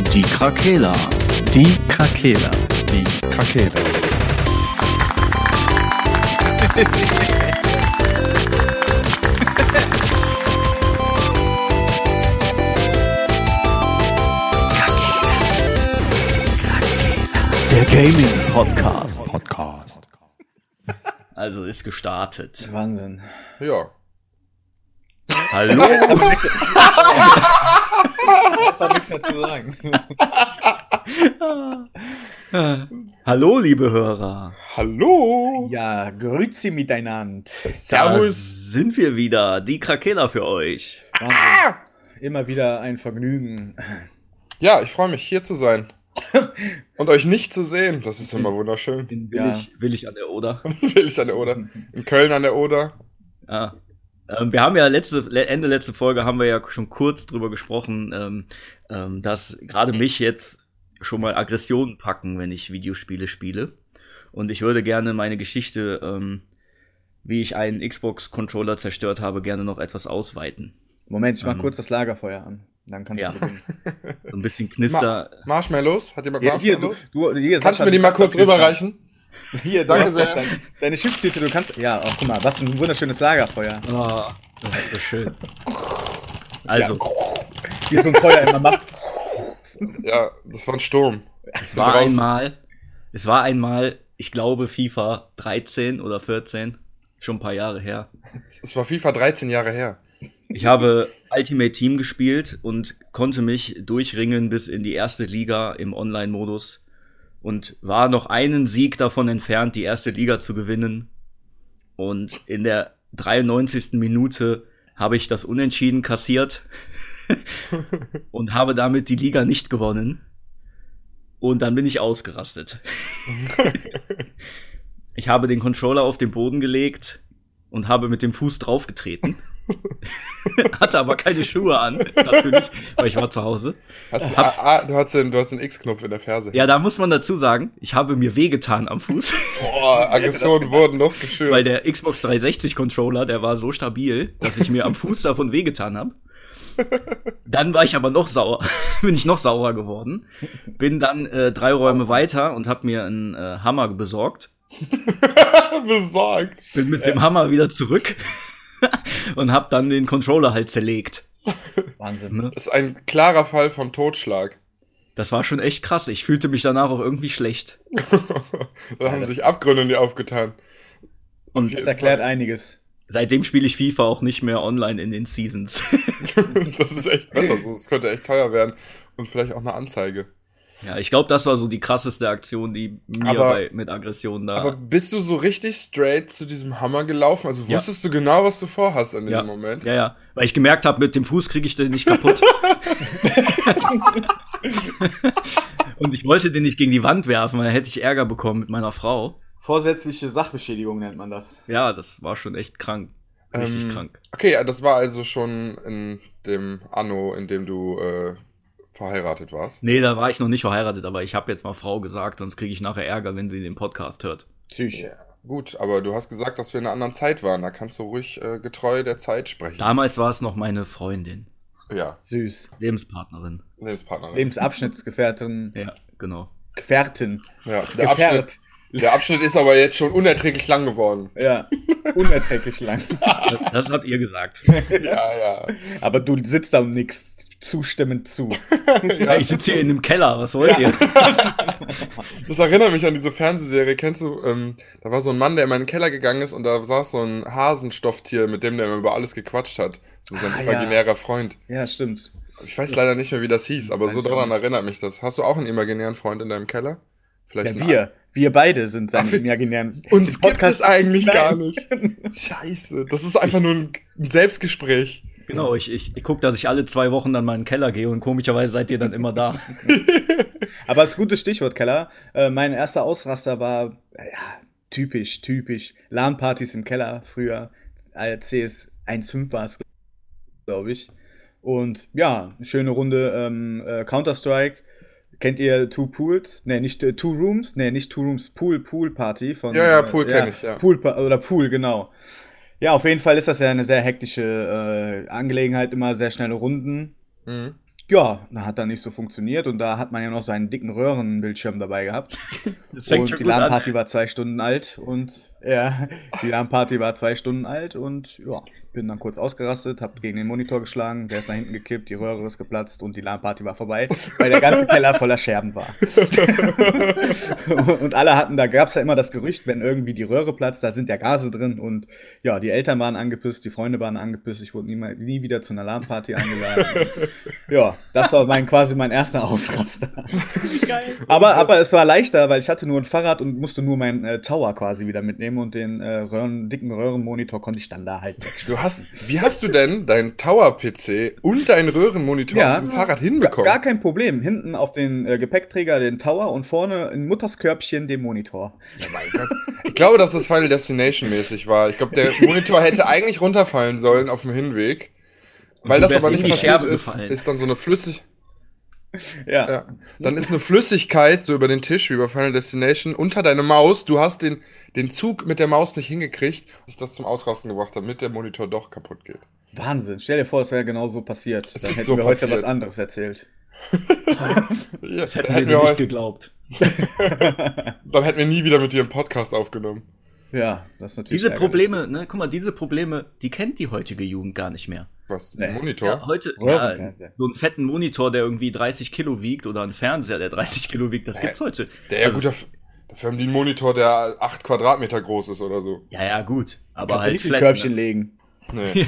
Die Krakela. Die Krakela. Die Krakela. Der Gaming Podcast. Also ist gestartet. Wahnsinn. Ja. Hallo? Ich habe nichts mehr zu sagen. Hallo, liebe Hörer. Hallo. Ja, grüezi miteinander. Da Servus. sind wir wieder. Die Krakela für euch. Wahnsinn. Immer wieder ein Vergnügen. Ja, ich freue mich, hier zu sein. Und euch nicht zu sehen. Das ist immer wunderschön. In Ja. Willig an der Oder. Will ich an der Oder. In Köln an der Oder. Ja. Wir haben ja Ende letzte Folge haben wir ja schon kurz drüber gesprochen, dass gerade mich jetzt schon mal Aggressionen packen, wenn ich Videospiele spiele. Und ich würde gerne meine Geschichte, wie ich einen Xbox-Controller zerstört habe, gerne noch etwas ausweiten. Moment, ich mach kurz das Lagerfeuer an. Dann kannst Ja. du beginnen. So ein bisschen Knister. Marshmallows? Hat jemand Hier, Marshmallows? hier, Kannst du Sascha, mir die mal kurz rüberreichen? Hier, Danke hast sehr. doch deine Chipstüte, du kannst. Ja, oh, guck mal, was ein wunderschönes Lagerfeuer. Oh, das ist so schön. Also, Wie so ein Feuer immer macht. Ja, das war ein Sturm. es war einmal, ich glaube, FIFA 13 oder 14, schon ein paar Jahre her. Es war FIFA 13 Jahre her. Ich habe Ultimate Team gespielt und konnte mich durchringen bis in die erste Liga im Online-Modus und war noch einen Sieg davon entfernt, die erste Liga zu gewinnen. Und in der 93. Minute habe ich das Unentschieden kassiert und habe damit die Liga nicht gewonnen. Und dann bin ich ausgerastet. Ich habe den Controller auf den Boden gelegt und habe mit dem Fuß draufgetreten. Hatte aber keine Schuhe an, natürlich, weil ich war zu Hause. Du hast den X-Knopf in der Ferse. Ja, da muss man dazu sagen, ich habe mir wehgetan am Fuß, Boah, Aggressionen wurden noch geschürt. weil der Xbox 360 Controller, der war so stabil, dass ich mir am Fuß davon wehgetan habe. Dann war ich aber noch sauer, bin ich noch saurer geworden. Bin dann 3 Räume weiter und habe mir einen Hammer besorgt. Besorgt. Bin mit dem Hammer wieder zurück und habe dann den Controller halt zerlegt. Wahnsinn. Ne? Das ist ein klarer Fall von Totschlag. Das war schon echt krass. Ich fühlte mich danach auch irgendwie schlecht. Da haben sich Abgründe in die aufgetan. Und Das erklärt einiges. seitdem spiele ich FIFA auch nicht mehr online in den Seasons. Das ist echt besser so. Das könnte echt teuer werden. Und vielleicht auch eine Anzeige. Ja, ich glaube, das war so die krasseste Aktion, die mir mit Aggression da... Aber bist du so richtig straight zu diesem Hammer gelaufen? Also Ja. wusstest du genau, was du vorhast in ja, diesem Moment? ja, weil ich gemerkt habe, mit dem Fuß kriege ich den nicht kaputt. Und ich wollte den nicht gegen die Wand werfen, weil dann hätte ich Ärger bekommen mit meiner Frau. Vorsätzliche Sachbeschädigung nennt man das. Ja, das war schon echt krank. Richtig krank. Okay, ja, das war also schon in dem Anno, in dem du verheiratet warst. Nee, da war ich noch nicht verheiratet, aber ich habe jetzt mal Frau gesagt, sonst kriege ich nachher Ärger, wenn sie den Podcast hört. Psych. Ja, gut, aber du hast gesagt, dass wir in einer anderen Zeit waren. Da kannst du ruhig getreu der Zeit sprechen. Damals war es noch meine Freundin, Ja, Süß. Lebenspartnerin. Lebenspartnerin. Lebensabschnittsgefährtin. Ja, genau. Gefährtin. Ja, Gefährt. der Abschnitt ist aber jetzt schon unerträglich lang geworden. Ja. Unerträglich lang. Das habt ihr gesagt. Ja. Aber du sitzt da und nickst zustimmend zu. Ja, ich sitze hier in einem Keller, was wollt ihr? Das erinnert mich an diese Fernsehserie. Kennst du, da war so ein Mann, der in meinen Keller gegangen ist und da saß so ein Hasenstofftier, mit dem der immer über alles gequatscht hat. So sein Ah, imaginärer Freund. Ja, stimmt. Ich weiß leider nicht mehr, wie das hieß, aber Weiß so ich daran nicht. erinnert mich das. Hast du auch einen imaginären Freund in deinem Keller? Vielleicht Ja, wir beide sind seine Ach, wir- imaginären. Uns Den gibt Podcast- es eigentlich Nein. gar nicht. Scheiße, das ist einfach nur ein Selbstgespräch. Genau, ich gucke, dass ich alle 2 Wochen dann mal in den Keller gehe und komischerweise seid ihr dann immer da. Aber das gute Stichwort, Keller. Mein erster Ausraster war, ja, typisch. LAN-Partys im Keller früher. CS 1.5 war es, glaube ich. Und ja, schöne Runde Counter-Strike. Kennt ihr Two Pools? Ne, nicht Two Rooms? Ne, nicht Two Rooms, Pool Party von. Ja, Pool kenn ich, ja. Pool, genau. Ja, auf jeden Fall ist das ja eine sehr hektische Angelegenheit, immer sehr schnelle Runden. Mhm. Ja, da hat dann nicht so funktioniert und da hat man ja noch seinen dicken Röhrenbildschirm dabei gehabt. Das fängt Und schon die gut an. LAN-Party war 2 Stunden alt und ja, die LAN-Party war 2 Stunden alt und ja, bin dann kurz ausgerastet, hab gegen den Monitor geschlagen, der ist nach hinten gekippt, die Röhre ist geplatzt und die LAN-Party war vorbei, weil der ganze Keller voller Scherben war. Und alle hatten, da gab es ja immer das Gerücht, wenn irgendwie die Röhre platzt, da sind ja Gase drin und ja, die Eltern waren angepisst, die Freunde waren angepisst, ich wurde nie wieder zu einer LAN-Party eingeladen. Ja, das war quasi mein erster Ausraster. Geil. Aber es war leichter, weil ich hatte nur ein Fahrrad und musste nur meinen Tower quasi wieder mitnehmen und den dicken Röhrenmonitor konnte ich dann da halt wegstellen. Wie hast du denn deinen Tower-PC und deinen Röhrenmonitor Ja. auf dem Fahrrad hinbekommen? Gar kein Problem. Hinten auf den Gepäckträger den Tower und vorne in Mutters Körbchen den Monitor. Oh mein Gott. Ich glaube, dass das Final Destination mäßig war. Ich glaube, der Monitor hätte eigentlich runterfallen sollen auf dem Hinweg. Weil du das wärst aber in nicht die passiert Scherbe ist, gefallen. ist dann so eine Ja. Ja. Dann ist eine Flüssigkeit so über den Tisch, wie bei Final Destination, unter deine Maus. Du hast den Zug mit der Maus nicht hingekriegt, dass das zum Ausrasten gebracht hat, damit der Monitor doch kaputt geht. Wahnsinn. Stell dir vor, es wäre genau so passiert. Es Dann ist hätten so wir heute passiert. was anderes erzählt. Ja, Das dann hätten wir hätten dir wir nicht heute, geglaubt. dann hätten wir nie wieder mit dir einen Podcast aufgenommen. Ja, das ist natürlich Diese ärgerlich. Probleme, ne, guck mal, diese Probleme, die kennt die heutige Jugend gar nicht mehr. Was? Nee. Ein Monitor? Ja, heute, Röhrenfernseher. so einen fetten Monitor, der irgendwie 30 Kilo wiegt oder ein Fernseher, der 30 Kilo wiegt, das gibt's heute. Ja, Also, gut, dafür haben die einen Monitor, der 8 Quadratmeter groß ist oder so. ja, gut. Aber Kannst du halt nicht in flat, Körbchen ne? legen. Nee.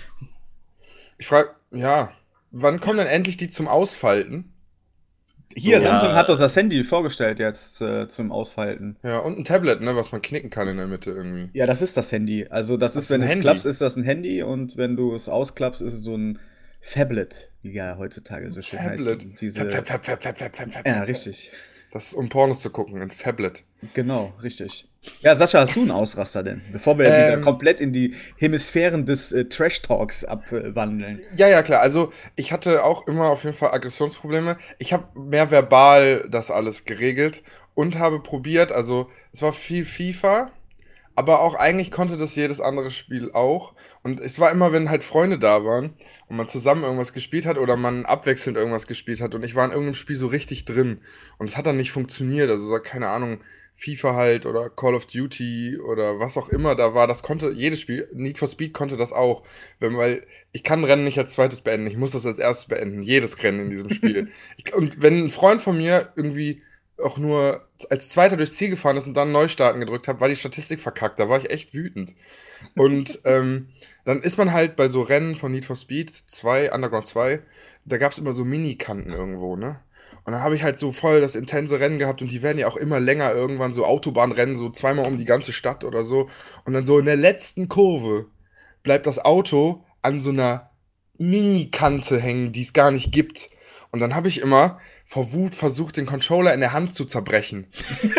Ich frage, ja, wann kommen denn endlich die zum Ausfalten? Hier, So. Samsung Ja. hat doch das Handy vorgestellt jetzt zum Ausfalten. Ja, und ein Tablet, ne, was man knicken kann in der Mitte irgendwie. Ja, das ist das Handy. Also das Das ist, ist wenn ein du es Handy. klappst, ist das ein Handy und wenn du es ausklappst, ist es so ein Phablet, wie ja heutzutage so schön Tablet. heißt. Diese, Fab. ja, richtig. Das ist, um Pornos zu gucken, ein Phablet. Genau, richtig. Ja, Sascha, hast du einen Ausraster denn? Bevor wir wieder komplett in die Hemisphären des Trash-Talks abwandeln. Ja, klar. Also, ich hatte auch immer auf jeden Fall Aggressionsprobleme. Ich habe mehr verbal das alles geregelt und habe probiert, also, es war viel FIFA, aber auch eigentlich konnte das jedes andere Spiel auch. Und es war immer, wenn halt Freunde da waren und man zusammen irgendwas gespielt hat oder man abwechselnd irgendwas gespielt hat und ich war in irgendeinem Spiel so richtig drin und es hat dann nicht funktioniert. Also, so, keine Ahnung, FIFA halt oder Call of Duty oder was auch immer da war, das konnte jedes Spiel, Need for Speed konnte das auch, weil ich kann Rennen nicht als zweites beenden, ich muss das als erstes beenden, jedes Rennen in diesem Spiel. Und wenn ein Freund von mir irgendwie auch nur als Zweiter durchs Ziel gefahren ist und dann Neustarten gedrückt hat, war die Statistik verkackt, da war ich echt wütend. Und dann ist man halt bei so Rennen von Need for Speed 2, Underground 2, da gab es immer so Minikanten irgendwo, ne? Und dann habe ich halt so voll das intense Rennen gehabt und die werden ja auch immer länger irgendwann, so Autobahnrennen, so zweimal um die ganze Stadt oder so. Und dann so in der letzten Kurve bleibt das Auto an so einer Minikante hängen, die es gar nicht gibt. Und dann habe ich immer vor Wut versucht, den Controller in der Hand zu zerbrechen.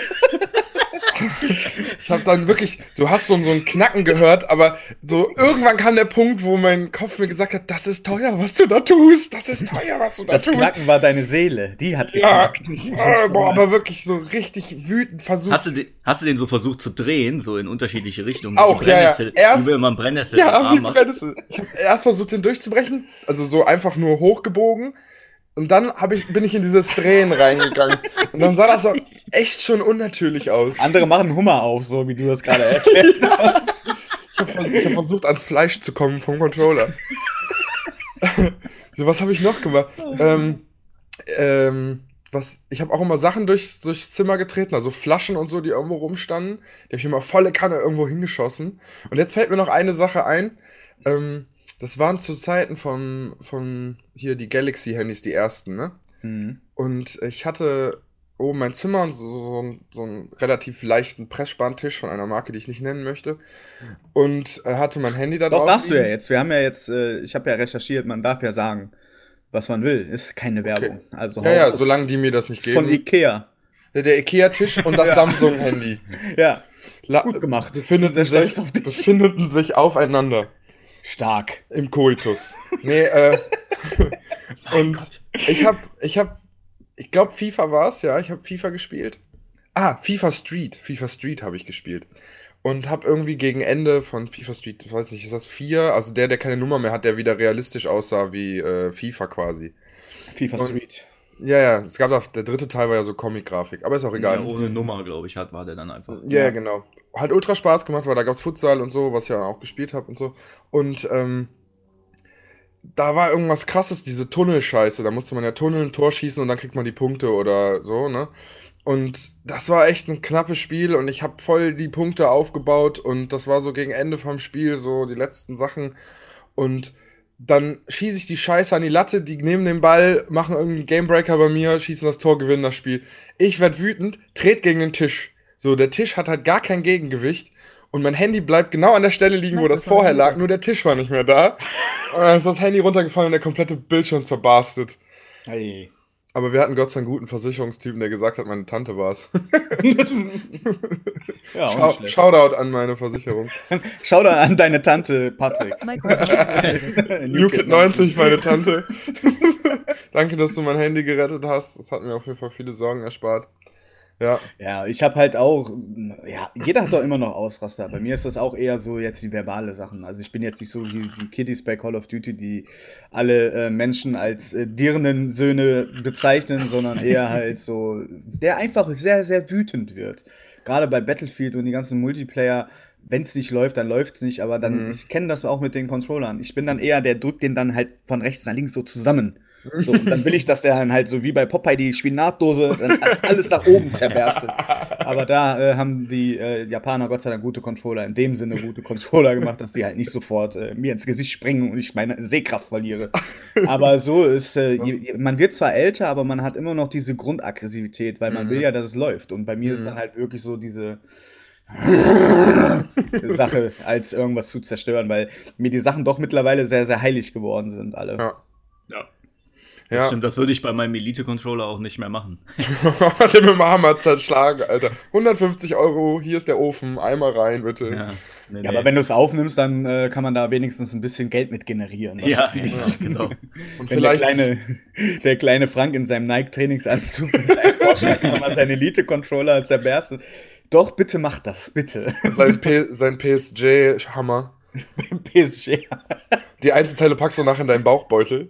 Ich habe dann wirklich, so hast du so ein Knacken gehört, aber so irgendwann kam der Punkt, wo mein Kopf mir gesagt hat, das ist teuer, was du da tust, das ist teuer, was du da Das tust. Knacken war deine Seele, die hat Ja, geknackt. boah, aber wirklich so richtig wütend versucht. Hast du den so versucht zu drehen, so in unterschiedliche Richtungen? Auch, Die ja, ja. Brennnessel, Erst- wie will man Brennnessel im Ja, Arm wie machen? Brennnessel. Ich habe erst versucht, den durchzubrechen, also so einfach nur hochgebogen. Und dann bin ich in dieses Drehen reingegangen. Und dann sah das so echt schon unnatürlich aus. Andere machen Hummer auf, so wie du das gerade erklärt hast. Ich hab versucht, ans Fleisch zu kommen vom Controller. So, was habe ich noch gemacht? Ich habe auch immer Sachen durchs Zimmer getreten, also Flaschen und so, die irgendwo rumstanden. Die habe ich immer volle Kanne irgendwo hingeschossen. Und jetzt fällt mir noch eine Sache ein. Das waren zu Zeiten von hier die Galaxy-Handys, die ersten, ne? Mhm. Und ich hatte oben mein Zimmer und so einen relativ leichten Pressspantisch von einer Marke, die ich nicht nennen möchte. Und hatte mein Handy da Doch, drauf. darfst du ja liegen. jetzt. Wir haben ja jetzt, ich habe ja recherchiert, man darf ja sagen, was man will. Ist keine Werbung. Also Ja, hau raus. solange die mir das nicht Von geben. Ikea. Der Ikea-Tisch und das Ja. Samsung-Handy. Ja, gut gemacht. Befindeten Sehr stolz auf dich. befindeten sich aufeinander Stark. im Koitus. Nee, und ich glaube FIFA war es, ja, ich habe FIFA gespielt. FIFA Street habe ich gespielt. und habe irgendwie gegen Ende von FIFA Street, ich weiß nicht, ist das 4? Also der keine Nummer mehr hat, der wieder realistisch aussah wie FIFA quasi. FIFA Und, Street. ja, es gab auch, der dritte Teil war ja so Comic-Grafik, aber ist auch egal. Ja, ohne Nummer, glaube ich, war der dann einfach. Ja, genau. Hat ultra Spaß gemacht, weil da gab's Futsal und so, was ich ja auch gespielt habe und so. Und da war irgendwas krasses, diese Tunnelscheiße. Da musste man ja tunneln, Tor schießen und dann kriegt man die Punkte oder so, ne? Und das war echt ein knappes Spiel und ich habe voll die Punkte aufgebaut und das war so gegen Ende vom Spiel, so die letzten Sachen. Und dann schieße ich die Scheiße an die Latte, die nehmen den Ball, machen irgendeinen Gamebreaker bei mir, schießen das Tor, gewinnen das Spiel. Ich werd wütend, tret gegen den Tisch. So, der Tisch hat halt gar kein Gegengewicht und mein Handy bleibt genau an der Stelle liegen, wo das vorher lag, nur der Tisch war nicht mehr da. Und dann ist das Handy runtergefallen und der komplette Bildschirm zerbarstet. Hey. Aber wir hatten Gott sei Dank einen guten Versicherungstypen, der gesagt hat, meine Tante war's. Ja, auch nicht schlecht. Shoutout an meine Versicherung. Schau da an deine Tante, Patrick. Newkid 90, meine Tante. Danke, dass du mein Handy gerettet hast. Das hat mir auf jeden Fall viele Sorgen erspart. Ja. Ja, ich habe halt auch, ja, jeder hat doch immer noch Ausraster. Bei mir ist das auch eher so jetzt die verbale Sachen. Also ich bin jetzt nicht so wie die Kiddies bei Call of Duty, die alle Menschen als Dirnensöhne bezeichnen, sondern eher halt so, der einfach sehr, sehr wütend wird. Gerade bei Battlefield und die ganzen Multiplayer, wenn es nicht läuft, dann läuft es nicht, aber dann, ich kenne das auch mit den Controllern. Ich bin dann eher, der drückt den dann halt von rechts nach links so zusammen. So, und dann will ich, dass der dann halt so wie bei Popeye die Spinatdose dann alles nach oben zerberstet. Aber da haben die Japaner Gott sei Dank gute Controller, in dem Sinne gute Controller gemacht, dass die halt nicht sofort mir ins Gesicht springen und ich meine Sehkraft verliere. Aber so ist, man wird zwar älter, aber man hat immer noch diese Grundaggressivität, weil man will ja, dass es läuft. Und bei mir ist dann halt wirklich so diese Sache, als irgendwas zu zerstören, weil mir die Sachen doch mittlerweile sehr, sehr heilig geworden sind, alle. Ja. Das stimmt, das würde ich bei meinem Elite-Controller auch nicht mehr machen. Den mit dem Hammer zerschlagen, Alter. 150 €, hier ist der Ofen, einmal rein, bitte. Ja, aber wenn du es aufnimmst, dann kann man da wenigstens ein bisschen Geld mit generieren. Ja, genau. Und wenn vielleicht der kleine Frank in seinem Nike-Trainingsanzug mit einem Porsche seinen Elite-Controller zerberstet. Doch, bitte mach das, bitte. sein PSG-Hammer. PSG. Die Einzelteile packst du nachher in deinen Bauchbeutel.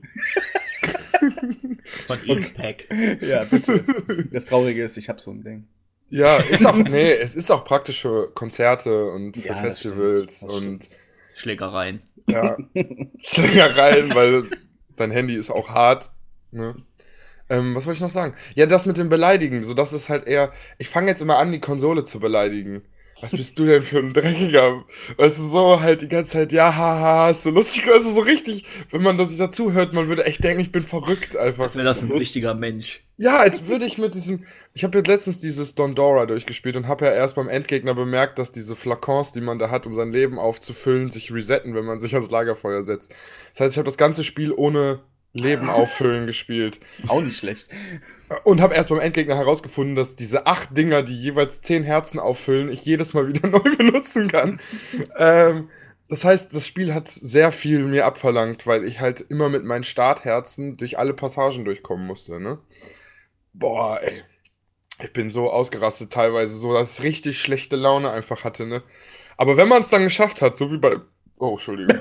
Von Eastpack. Ja, bitte. Das Traurige ist, ich hab so ein Ding. Ja, es ist auch praktisch für Konzerte und für Festivals das stimmt. und Schlägereien. Ja, Schlägereien, weil dein Handy ist auch hart. Ne? Was wollte ich noch sagen? Ja, das mit dem Beleidigen, so das ist halt eher. Ich fange jetzt immer an, die Konsole zu beleidigen. Was bist du denn für ein Dreckiger? Weißt du, so halt die ganze Zeit, ja, haha, ist so lustig, also so richtig, wenn man das dazu hört, man würde echt denken, ich bin verrückt einfach. Als wäre das ein richtiger Mensch. Ja, als würde ich mit diesem, ich habe jetzt letztens dieses Dondora durchgespielt und habe ja erst beim Endgegner bemerkt, dass diese Flakons, die man da hat, um sein Leben aufzufüllen, sich resetten, wenn man sich ans Lagerfeuer setzt. Das heißt, ich habe das ganze Spiel ohne Leben auffüllen gespielt. Auch nicht schlecht. Und habe erst beim Endgegner herausgefunden, dass diese 8 Dinger, die jeweils 10 Herzen auffüllen, ich jedes Mal wieder neu benutzen kann. Das heißt, das Spiel hat sehr viel mir abverlangt, weil ich halt immer mit meinen Startherzen durch alle Passagen durchkommen musste, ne? Boah, ey. Ich bin so ausgerastet teilweise, so dass ich richtig schlechte Laune einfach hatte, ne? Aber wenn man es dann geschafft hat, so wie bei... Oh, Entschuldigung.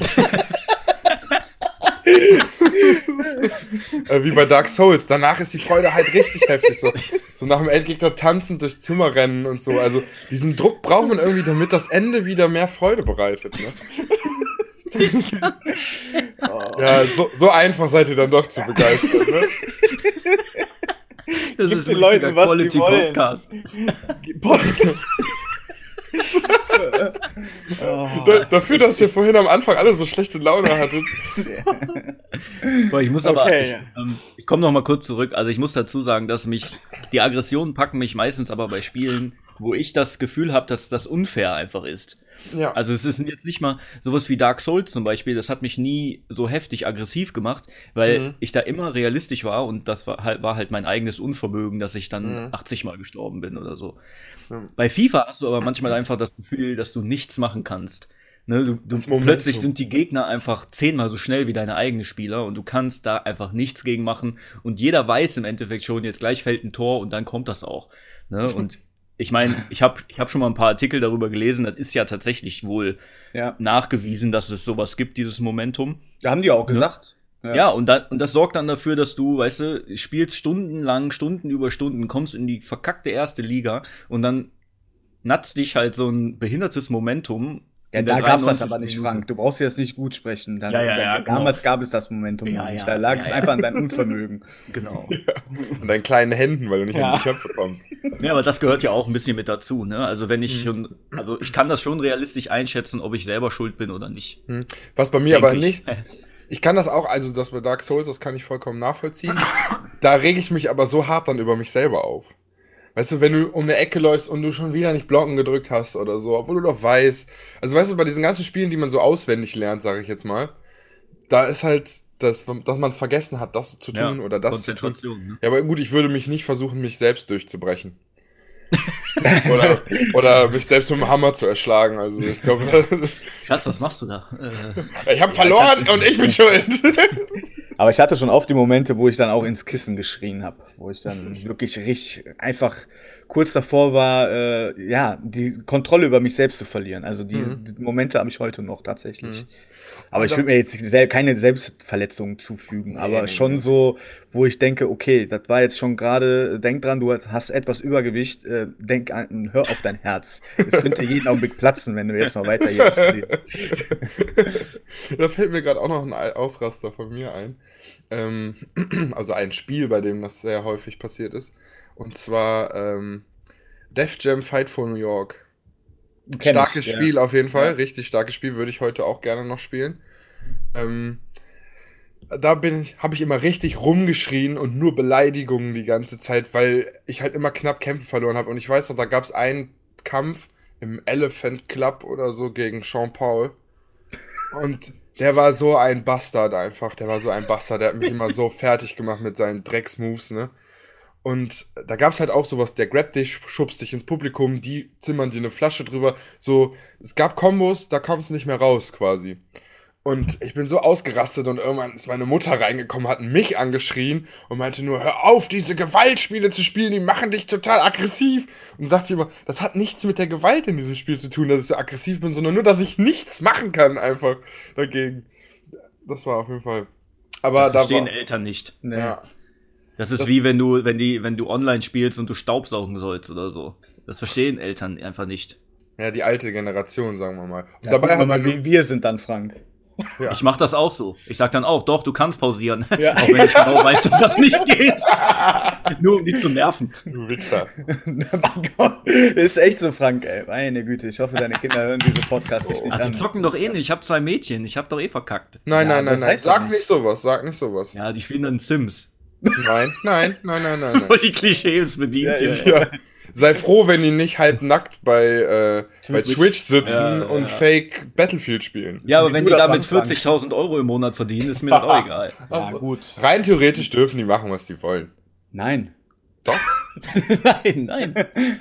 Wie bei Dark Souls. Danach ist die Freude halt richtig heftig. So nach dem Endgegner tanzend durchs Zimmer rennen und so. Also diesen Druck braucht man irgendwie, damit das Ende wieder mehr Freude bereitet. Ne? Ja, so einfach seid ihr dann doch zu begeistern. Ne? Das ist ein Leuten, was Quality sie wollen. Podcast. Dafür, dass ihr vorhin am Anfang alle so schlechte Laune hattet. Boah, ich muss aber, ich komme noch mal kurz zurück. Also ich muss dazu sagen, dass die Aggressionen packen mich meistens aber bei Spielen, wo ich das Gefühl habe, dass das unfair einfach ist. Ja. Also es ist jetzt nicht mal sowas wie Dark Souls zum Beispiel, das hat mich nie so heftig aggressiv gemacht, weil ich da immer realistisch war und das war halt mein eigenes Unvermögen, dass ich dann 80 Mal gestorben bin oder so. Bei FIFA hast du aber manchmal einfach das Gefühl, dass du nichts machen kannst. Ne, plötzlich sind die Gegner einfach 10-mal so schnell wie deine eigenen Spieler und du kannst da einfach nichts gegen machen und jeder weiß im Endeffekt schon, jetzt gleich fällt ein Tor und dann kommt das auch. Ne? Und ich meine, ich hab schon mal ein paar Artikel darüber gelesen, das ist ja tatsächlich wohl nachgewiesen, dass es sowas gibt, dieses Momentum. Da haben die auch gesagt. Ja, und das sorgt dann dafür, dass du, weißt du, spielst stundenlang, Stunden über Stunden, kommst in die verkackte erste Liga und dann natzt dich halt so ein behindertes Momentum. Ja, da gab es das aber nicht, Frank. Du brauchst jetzt nicht gut sprechen. Damals gab es das Momentum nicht. Da lag es einfach an deinem Unvermögen. Genau. An deinen kleinen Händen, weil du nicht in die Köpfe kommst. Ja, aber das gehört ja auch ein bisschen mit dazu, ne? Also wenn ich ich kann das schon realistisch einschätzen, ob ich selber schuld bin oder nicht. Was bei mir aber nicht. Ich kann das auch, also das bei Dark Souls, das kann ich vollkommen nachvollziehen. Da rege ich mich aber so hart dann über mich selber auf. Weißt du, wenn du um eine Ecke läufst und du schon wieder nicht Blocken gedrückt hast oder so, obwohl du doch weißt. Also weißt du, bei diesen ganzen Spielen, die man so auswendig lernt, sage ich jetzt mal, da ist halt, dass man es vergessen hat, das zu tun oder das zu tun. Ne? Ja, aber gut, ich würde mich nicht versuchen, mich selbst durchzubrechen. oder mich selbst mit dem Hammer zu erschlagen. Also ich glaube. Schatz, was machst du da? Ich habe verloren und ich bin schuld. Aber ich hatte schon oft die Momente, wo ich dann auch ins Kissen geschrien habe, wo ich dann wirklich richtig einfach kurz davor war, die Kontrolle über mich selbst zu verlieren. Also die Momente habe ich heute noch tatsächlich. Aber ich würde mir jetzt keine Selbstverletzungen zufügen, aber schon so, wo ich denke, okay, das war jetzt schon gerade, denk dran, du hast etwas Übergewicht, hör auf dein Herz. Es könnte jeden Augenblick platzen, wenn du jetzt noch weiter hier bist. Da fällt mir gerade auch noch ein Ausraster von mir ein. Also ein Spiel, bei dem das sehr häufig passiert ist. Und zwar Def Jam Fight for New York. Starkes Spiel auf jeden Fall, richtig starkes Spiel, würde ich heute auch gerne noch spielen. Da habe ich immer richtig rumgeschrien und nur Beleidigungen die ganze Zeit, weil ich halt immer knapp Kämpfe verloren habe. Und ich weiß noch, da gab es einen Kampf im Elephant Club oder so gegen Sean Paul. Und der war so ein Bastard einfach. Der hat mich immer so fertig gemacht mit seinen Drecksmoves, ne? Und da gab's halt auch sowas, der grabt dich, schubst dich ins Publikum, die zimmern dir eine Flasche drüber. So, es gab Kombos, da kommst du nicht mehr raus quasi. Und ich bin so ausgerastet und irgendwann ist meine Mutter reingekommen, hat mich angeschrien und meinte nur, hör auf, diese Gewaltspiele zu spielen, die machen dich total aggressiv. Und dachte ich immer, das hat nichts mit der Gewalt in diesem Spiel zu tun, dass ich so aggressiv bin, sondern nur, dass ich nichts machen kann einfach dagegen. Das war auf jeden Fall. Aber das verstehen Eltern nicht. Ja. Das ist wie wenn du online spielst und du Staubsaugen sollst oder so. Das verstehen Eltern einfach nicht. Ja, die alte Generation, sagen wir mal. Und dabei hat man wie wir sind dann, Frank. Ja. Ich mach das auch so. Ich sag dann auch, doch, du kannst pausieren. Ja. Auch wenn ich genau weiß, dass das nicht geht. Nur um die zu nerven. Du Wichser. Ist echt so, Frank, ey. Meine Güte, ich hoffe, deine Kinder hören diese Podcasts nicht an. Die zocken doch eh nicht. Ich hab 2 Mädchen. Ich hab doch eh verkackt. Nein. Sag nicht sowas. Ja, die spielen dann Sims. Nein. Wo die Klischees bedient sind. Ja. Sei froh, wenn die nicht halbnackt bei Twitch sitzen und Fake Battlefield spielen. Ja, aber wenn die damit 40.000 € im Monat verdienen, ist mir das auch egal. Also, gut. Rein theoretisch dürfen die machen, was die wollen. Nein. Doch? Nein.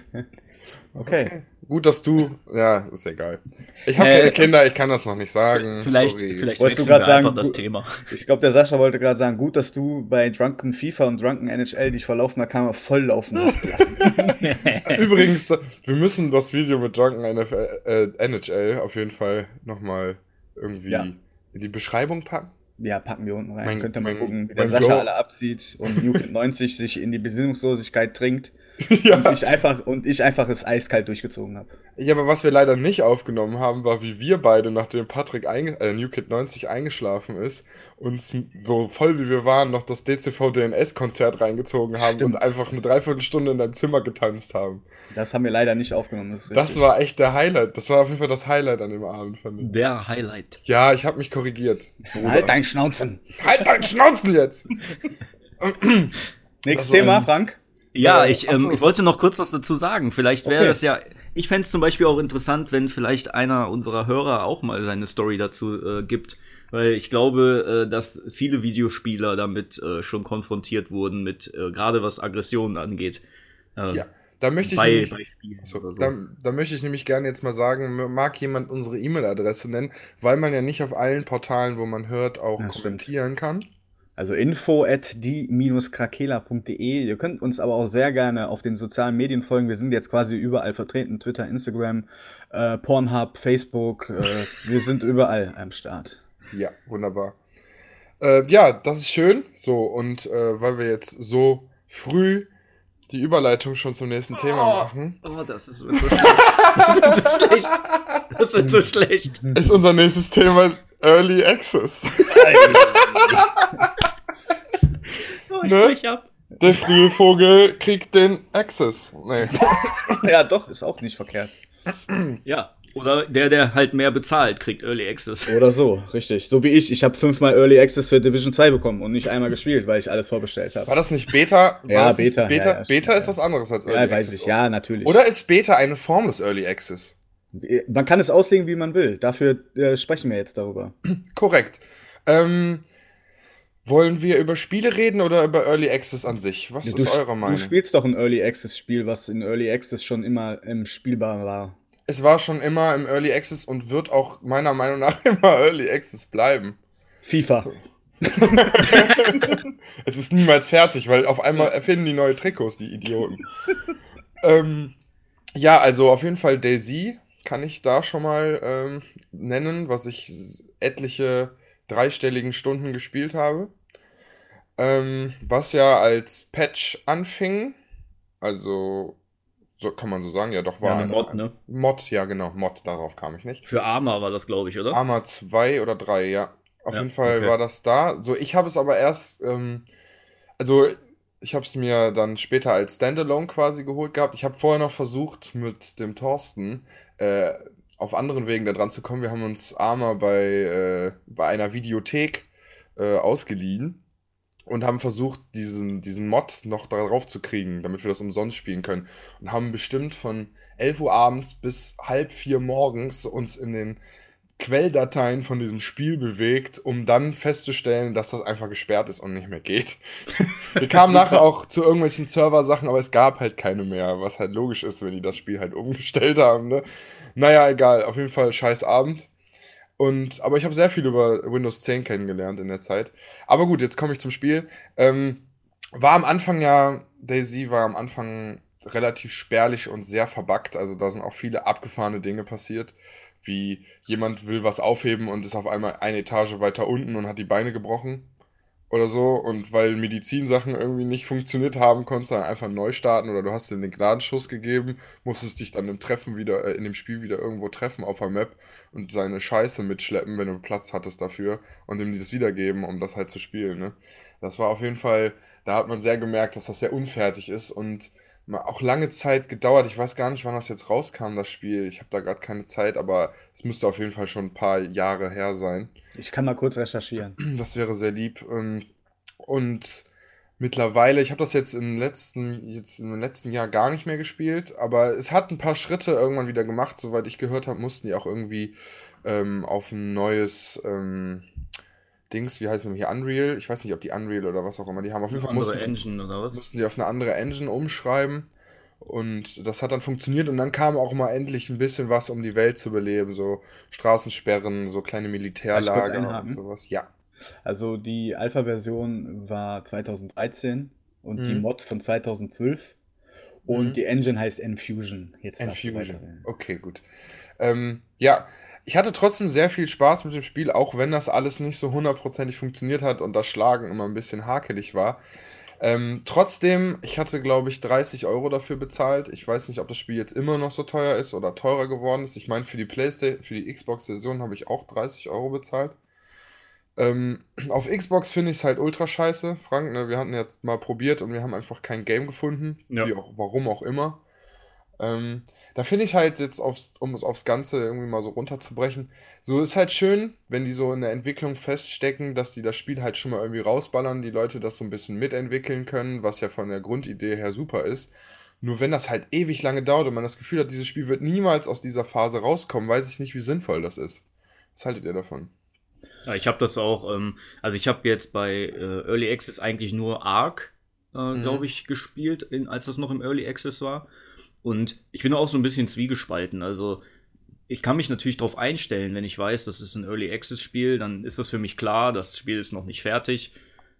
Okay. Gut, dass du. Ja, ist egal. Ich habe keine Kinder, ich kann das noch nicht sagen. Vielleicht wolltest du gerade sagen, das Thema. Ich glaube, der Sascha wollte gerade sagen, gut, dass du bei Drunken FIFA und Drunken NHL dich vor laufender Kamera voll laufen hast lassen. Übrigens, wir müssen das Video mit Drunken NHL auf jeden Fall nochmal irgendwie in die Beschreibung packen. Ja, packen wir unten rein. Könnt ihr mal gucken, wie der Sascha alle abzieht und Newkid 90 sich in die Besinnungslosigkeit trinkt. Ja. Und ich einfach es eiskalt durchgezogen habe. Ja, aber was wir leider nicht aufgenommen haben, war, wie wir beide, nachdem Patrick Newkid 90 eingeschlafen ist, uns so voll wie wir waren, noch das DCV-DNS-Konzert reingezogen haben. Stimmt. Und einfach eine Dreiviertelstunde in deinem Zimmer getanzt haben. Das haben wir leider nicht aufgenommen. Das war echt der Highlight. Das war auf jeden Fall das Highlight an dem Abend, fand ich. Der Highlight. Ja, ich habe mich korrigiert. Halt dein Schnauzen. Halt dein Schnauzen jetzt! Nächstes Thema, Frank. Ja, ich wollte noch kurz was dazu sagen. Vielleicht wäre das ja, ich fände es zum Beispiel auch interessant, wenn vielleicht einer unserer Hörer auch mal seine Story dazu gibt. Weil ich glaube, dass viele Videospieler damit schon konfrontiert wurden, mit gerade was Aggressionen angeht. Ja, da möchte ich da möchte ich nämlich gerne jetzt mal sagen, mag jemand unsere E-Mail-Adresse nennen, weil man ja nicht auf allen Portalen, wo man hört, auch kommentieren kann. Also info@die-krakela.de. Ihr könnt uns aber auch sehr gerne auf den sozialen Medien folgen. Wir sind jetzt quasi überall vertreten. Twitter, Instagram, Pornhub, Facebook. Wir sind überall am Start. Ja, wunderbar. Ja, das ist schön. So, und weil wir jetzt so früh die Überleitung schon zum nächsten Thema machen. Oh, das wird so schlecht. Das wird so schlecht. Das wird so schlecht. Ist unser nächstes Thema Early Access. Oh, ich Ne? brech ab. Der frühe Vogel kriegt den Access. Nee. Ja, doch, ist auch nicht verkehrt. Ja, oder der halt mehr bezahlt, kriegt Early Access. Oder so, richtig. So wie ich. Ich habe 5-mal Early Access für Division 2 bekommen und nicht einmal gespielt, weil ich alles vorbestellt habe. War das nicht Beta? War Ja, das nicht Beta. Beta, Ja, Beta ja, ist was anderes als Early Ja, Access. weiß ich. Ja, natürlich. Oder ist Beta eine Form des Early Access? Man kann es auslegen, wie man will. Dafür sprechen wir jetzt darüber. Korrekt. Wollen wir über Spiele reden oder über Early Access an sich? Was ist eure Du Meinung? spielst doch ein Early Access Spiel, was in Early Access schon immer spielbar war. Es war schon immer im Early Access und wird auch meiner Meinung nach immer Early Access bleiben. FIFA. So. Es ist niemals fertig, weil auf einmal erfinden die neue Trikots, die Idioten. Ja, also auf jeden Fall DayZ kann ich da schon mal nennen, was ich etliche dreistelligen Stunden gespielt habe. Was ja als Patch anfing, also so kann man so sagen, ja doch, war Ja, eine Mod, ne? Mod, ja genau, Mod, darauf kam ich nicht. Für Arma war das, glaube ich, oder? Arma 2 oder 3, ja. Auf Ja, jeden Fall okay. war das da. So, ich habe es aber erst, also ich habe es mir dann später als Standalone quasi geholt gehabt. Ich habe vorher noch versucht, mit dem Thorsten auf anderen Wegen da dran zu kommen. Wir haben uns Arma bei einer Videothek ausgeliehen und haben versucht, diesen Mod noch darauf zu kriegen, damit wir das umsonst spielen können. Und haben bestimmt von 11 Uhr abends bis halb 4 morgens uns in den Quelldateien von diesem Spiel bewegt, um dann festzustellen, dass das einfach gesperrt ist und nicht mehr geht. Wir kamen nachher auch zu irgendwelchen Serversachen, aber es gab halt keine mehr, was halt logisch ist, wenn die das Spiel halt umgestellt haben, ne? Naja, egal, auf jeden Fall scheiß Abend. Aber ich habe sehr viel über Windows 10 kennengelernt in der Zeit. Aber gut, jetzt komme ich zum Spiel. DayZ war am Anfang relativ spärlich und sehr verbuggt. Also da sind auch viele abgefahrene Dinge passiert, wie jemand will was aufheben und ist auf einmal eine Etage weiter unten und hat die Beine gebrochen oder so. Und weil Medizinsachen irgendwie nicht funktioniert haben, konntest du dann einfach neu starten oder du hast dir den Gnadenschuss gegeben, musstest dich dann in dem Spiel wieder irgendwo treffen auf der Map und seine Scheiße mitschleppen, wenn du Platz hattest dafür und ihm das wiedergeben, um das halt zu spielen, ne? Das war auf jeden Fall, da hat man sehr gemerkt, dass das sehr unfertig ist und auch lange Zeit gedauert. Ich weiß gar nicht, wann das jetzt rauskam, das Spiel. Ich habe da gerade keine Zeit, aber es müsste auf jeden Fall schon ein paar Jahre her sein. Ich kann mal kurz recherchieren. Das wäre sehr lieb. Und mittlerweile, ich habe das jetzt im letzten Jahr gar nicht mehr gespielt, aber es hat ein paar Schritte irgendwann wieder gemacht. Soweit ich gehört habe, mussten die auch irgendwie auf ein neues Dings, wie heißt es hier, Unreal? Ich weiß nicht, ob die Unreal oder was auch immer die haben. Auf jeden Fall Andere Engine oder was? mussten die auf eine andere Engine umschreiben. Und das hat dann funktioniert und dann kam auch mal endlich ein bisschen was, um die Welt zu beleben. So Straßensperren, so kleine Darf ich kurz Militärlager und einhaken? sowas. Ja. Also die Alpha-Version war 2013 und die Mhm. Mod von 2012. Und Mhm. die Engine heißt Enfusion. Jetzt darfst du Enfusion. weiterreden. Okay, gut. Ja, ich hatte trotzdem sehr viel Spaß mit dem Spiel, auch wenn das alles nicht so hundertprozentig funktioniert hat und das Schlagen immer ein bisschen hakelig war. Trotzdem, ich hatte, glaube ich, 30 Euro dafür bezahlt. Ich weiß nicht, ob das Spiel jetzt immer noch so teuer ist oder teurer geworden ist. Ich meine, für die Xbox-Version habe ich auch 30 Euro bezahlt. Auf Xbox finde ich es halt ultra scheiße, Frank, ne? Wir hatten jetzt mal probiert und wir haben einfach kein Game gefunden, Ja. warum auch immer. Da finde ich halt jetzt, um es aufs Ganze irgendwie mal so runterzubrechen, so ist halt schön, wenn die so in der Entwicklung feststecken, dass die das Spiel halt schon mal irgendwie rausballern, die Leute das so ein bisschen mitentwickeln können, was ja von der Grundidee her super ist. Nur wenn das halt ewig lange dauert und man das Gefühl hat, dieses Spiel wird niemals aus dieser Phase rauskommen, weiß ich nicht, wie sinnvoll das ist. Was haltet ihr davon? Ja, ich habe das auch, also ich habe jetzt bei Early Access eigentlich nur Ark, glaube ich, gespielt, als das noch im Early Access war. Und ich bin auch so ein bisschen zwiegespalten. Also ich kann mich natürlich darauf einstellen, wenn ich weiß, das ist ein Early Access Spiel, dann ist das für mich klar, das Spiel ist noch nicht fertig.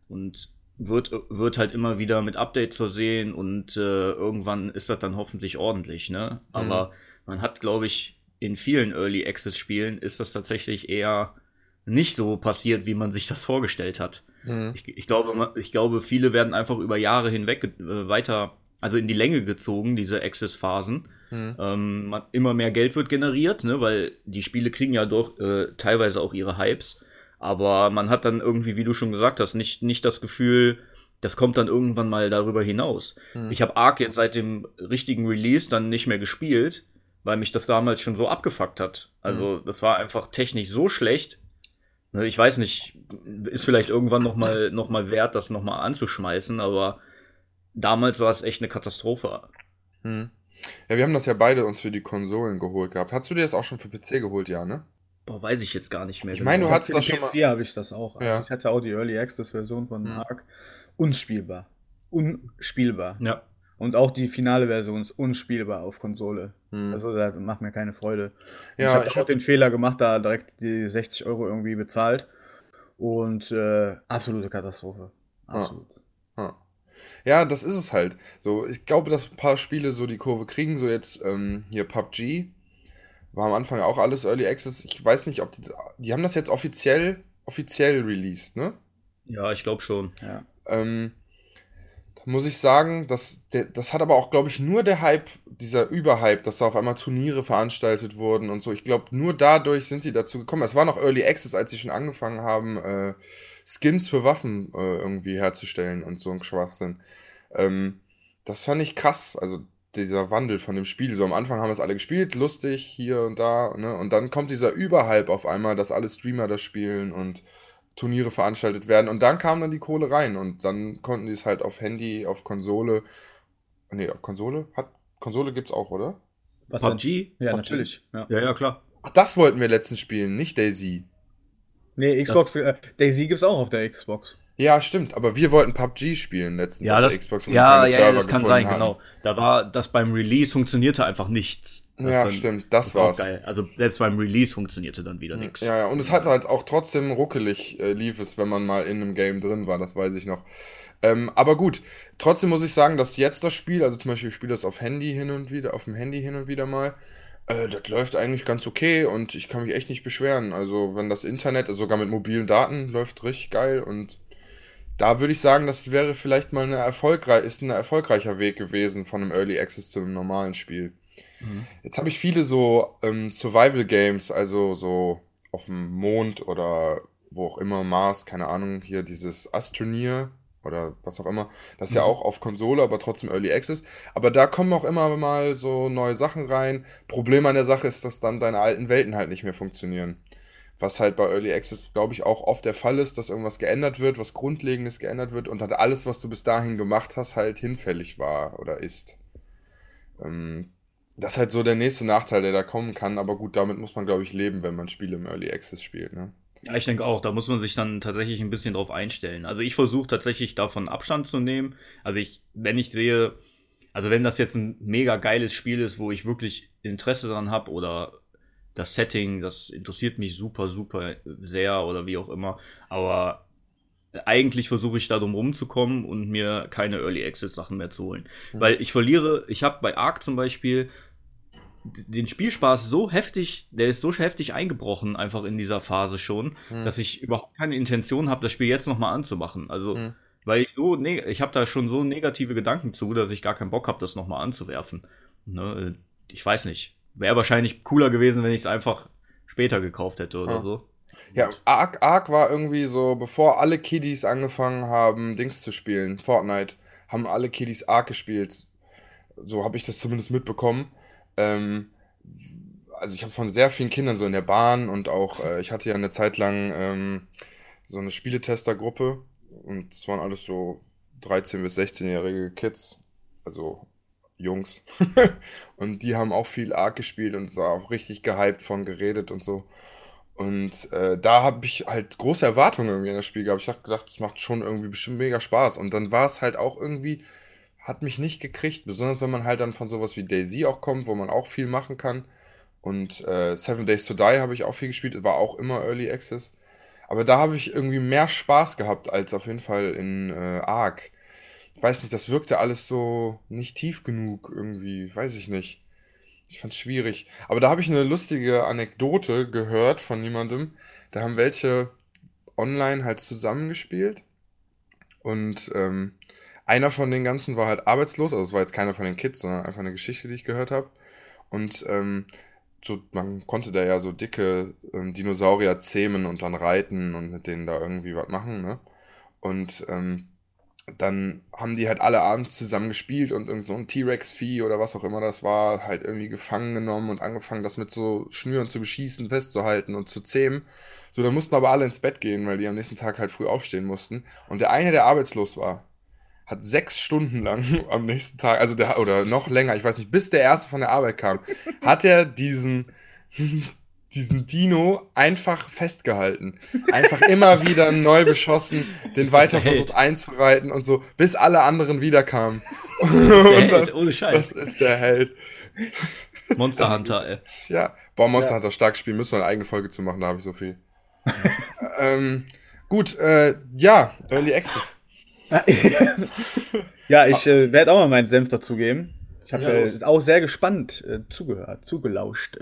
und wird halt immer wieder mit Updates versehen und irgendwann ist das dann hoffentlich ordentlich, ne? Aber man hat, glaube ich, in vielen Early Access Spielen ist das tatsächlich eher nicht so passiert, wie man sich das vorgestellt hat. Ich glaube, viele werden einfach über Jahre hinweg weiter, also in die Länge gezogen, diese Access-Phasen. Immer mehr Geld wird generiert, ne, weil die Spiele kriegen ja doch teilweise auch ihre Hypes. Aber man hat dann irgendwie, wie du schon gesagt hast, nicht das Gefühl, das kommt dann irgendwann mal darüber hinaus. Ich habe Ark jetzt seit dem richtigen Release dann nicht mehr gespielt, weil mich das damals schon so abgefuckt hat. Also das war einfach technisch so schlecht. Ne, ich weiß nicht, ist vielleicht irgendwann noch mal wert, das noch mal anzuschmeißen, aber damals war es echt eine Katastrophe. Hm. Ja, wir haben das ja beide uns für die Konsolen geholt gehabt. Hast du dir das auch schon für PC geholt, ja, ne? Boah, weiß ich jetzt gar nicht mehr Ich meine, genau. du hattest Für das die schon mal. PS4 habe ich das auch. Also Ja. ich hatte auch die Early Access Version von Ark. Unspielbar. Unspielbar. Ja. Und auch die finale Version ist unspielbar auf Konsole. Also da macht mir keine Freude. Und Ja, ich habe auch den Fehler gemacht, da direkt die 60 Euro irgendwie bezahlt. Und absolute Katastrophe. Absolut. Ja. Ja, das ist es halt. So, ich glaube, dass ein paar Spiele so die Kurve kriegen. So jetzt hier PUBG war am Anfang auch alles Early Access. Ich weiß nicht, ob die haben das jetzt offiziell released, ne? Ja, ich glaube schon. Ja. Da muss ich sagen, das hat aber auch, glaube ich, nur der Hype, dieser Überhype, dass da auf einmal Turniere veranstaltet wurden und so. Ich glaube, nur dadurch sind die dazu gekommen. Es war noch Early Access, als sie schon angefangen haben, Skins für Waffen irgendwie herzustellen und so ein Schwachsinn. Das fand ich krass, also dieser Wandel von dem Spiel. So am Anfang haben wir es alle gespielt, lustig, hier und da, ne? Und dann kommt dieser Überhype auf einmal, dass alle Streamer das spielen und Turniere veranstaltet werden. Und dann kam dann die Kohle rein und dann konnten die es halt auf Handy, auf Konsole. Nee, Konsole gibt's auch, oder? Was denn? PUBG? Ja, PUBG. natürlich. Ja. Ja, klar. Ach, das wollten wir letztens spielen, nicht DayZ. Nee, Xbox, DayZ gibt's auch auf der Xbox. Ja, stimmt, aber wir wollten PUBG spielen letztens Ja, auf das, der Xbox, wo wir ja, keine ja, Server das kann gefunden sein, hatten. genau. Da war das beim Release funktionierte einfach nichts. Ja, stimmt, das ist auch war's. geil. Also selbst beim Release funktionierte dann wieder nichts. Ja, ja, und es hat halt auch trotzdem ruckelig lief es, wenn man mal in einem Game drin war, das weiß ich noch. Aber gut, trotzdem muss ich sagen, dass jetzt das Spiel, also zum Beispiel ich spiele das auf Handy hin und wieder, auf dem Handy hin und wieder mal, das läuft eigentlich ganz okay und ich kann mich echt nicht beschweren. Also wenn das Internet, also sogar mit mobilen Daten, läuft richtig geil und da würde ich sagen, das wäre vielleicht mal ist ein erfolgreicher Weg gewesen von einem Early Access zu einem normalen Spiel. Jetzt habe ich viele so Survival Games, also so auf dem Mond oder wo auch immer, Mars, keine Ahnung, hier dieses Astroneer oder was auch immer. Das ist ja auch auf Konsole, aber trotzdem Early Access. Aber da kommen auch immer mal so neue Sachen rein. Problem an der Sache ist, dass dann deine alten Welten halt nicht mehr funktionieren. Was halt bei Early Access, glaube ich, auch oft der Fall ist, dass irgendwas geändert wird, was Grundlegendes geändert wird und halt alles, was du bis dahin gemacht hast, halt hinfällig war oder ist. Ähm, Das ist halt so der nächste Nachteil, der da kommen kann, aber gut, damit muss man, glaube ich, leben, wenn man Spiele im Early Access spielt, ne? Ja, ich denke auch, da muss man sich dann tatsächlich ein bisschen drauf einstellen. Also ich versuche tatsächlich davon Abstand zu nehmen. Also wenn ich sehe, also wenn das jetzt ein mega geiles Spiel ist, wo ich wirklich Interesse dran habe oder das Setting, das interessiert mich super, super sehr oder wie auch immer. Aber eigentlich versuche ich da drum rumzukommen und mir keine Early Access Sachen mehr zu holen. Weil ich habe bei Ark zum Beispiel den Spielspaß so heftig, der ist so heftig eingebrochen einfach in dieser Phase schon, dass ich überhaupt keine Intention habe, das Spiel jetzt nochmal anzumachen. Also, weil ich habe da schon so negative Gedanken zu, dass ich gar keinen Bock habe, das nochmal anzuwerfen. Ne? Ich weiß nicht. Wäre wahrscheinlich cooler gewesen, wenn ich es einfach später gekauft hätte oder so. Ja, Ark war irgendwie so, bevor alle Kiddies angefangen haben, Dings zu spielen, Fortnite, haben alle Kiddies Ark gespielt. So habe ich das zumindest mitbekommen. Also ich habe von sehr vielen Kindern so in der Bahn und auch, ich hatte ja eine Zeit lang so eine Spieletestergruppe und das waren alles so 13- bis 16-jährige Kids, also Jungs. Und die haben auch viel Ark gespielt und so auch richtig gehypt von geredet und so. Und da habe ich halt große Erwartungen irgendwie an das Spiel gehabt. Ich habe gedacht, das macht schon irgendwie bestimmt mega Spaß. Und dann war es halt auch irgendwie, hat mich nicht gekriegt. Besonders wenn man halt dann von sowas wie DayZ auch kommt, wo man auch viel machen kann. Und Seven Days to Die habe ich auch viel gespielt. War auch immer Early Access. Aber da habe ich irgendwie mehr Spaß gehabt als auf jeden Fall in Ark. Ich weiß nicht, das wirkte alles so nicht tief genug irgendwie, weiß ich nicht. Ich fand's schwierig. Aber da habe ich eine lustige Anekdote gehört von jemandem. Da haben welche online halt zusammengespielt und einer von den ganzen war halt arbeitslos. Also es war jetzt keiner von den Kids, sondern einfach eine Geschichte, die ich gehört habe. Und so, man konnte da ja so dicke Dinosaurier zähmen und dann reiten und mit denen da irgendwie was machen, ne? Und dann haben die halt alle abends zusammen gespielt und irgend so ein T-Rex-Vieh oder was auch immer das war, halt irgendwie gefangen genommen und angefangen, das mit so Schnüren zu beschießen, festzuhalten und zu zähmen. So, dann mussten aber alle ins Bett gehen, weil die am nächsten Tag halt früh aufstehen mussten. Und der eine, der arbeitslos war, hat 6 Stunden lang am nächsten Tag, also der, oder noch länger, ich weiß nicht, bis der erste von der Arbeit kam, hat er diesen Dino einfach festgehalten. Einfach immer wieder neu beschossen, den weiter der Held. versucht einzureiten und so, bis alle anderen wiederkamen. Das ist der Und Held, ohne Scheiß. das ist der Held. Monster Hunter, ey. Ja, boah, Monster Ja. Hunter stark spielen, müssen wir eine eigene Folge zu machen, da habe ich so viel. ähm, gut, ja, Early Access. Ja, ich werde auch mal meinen Senf dazugeben. Ich habe Ja, los. auch sehr gespannt zugelauscht.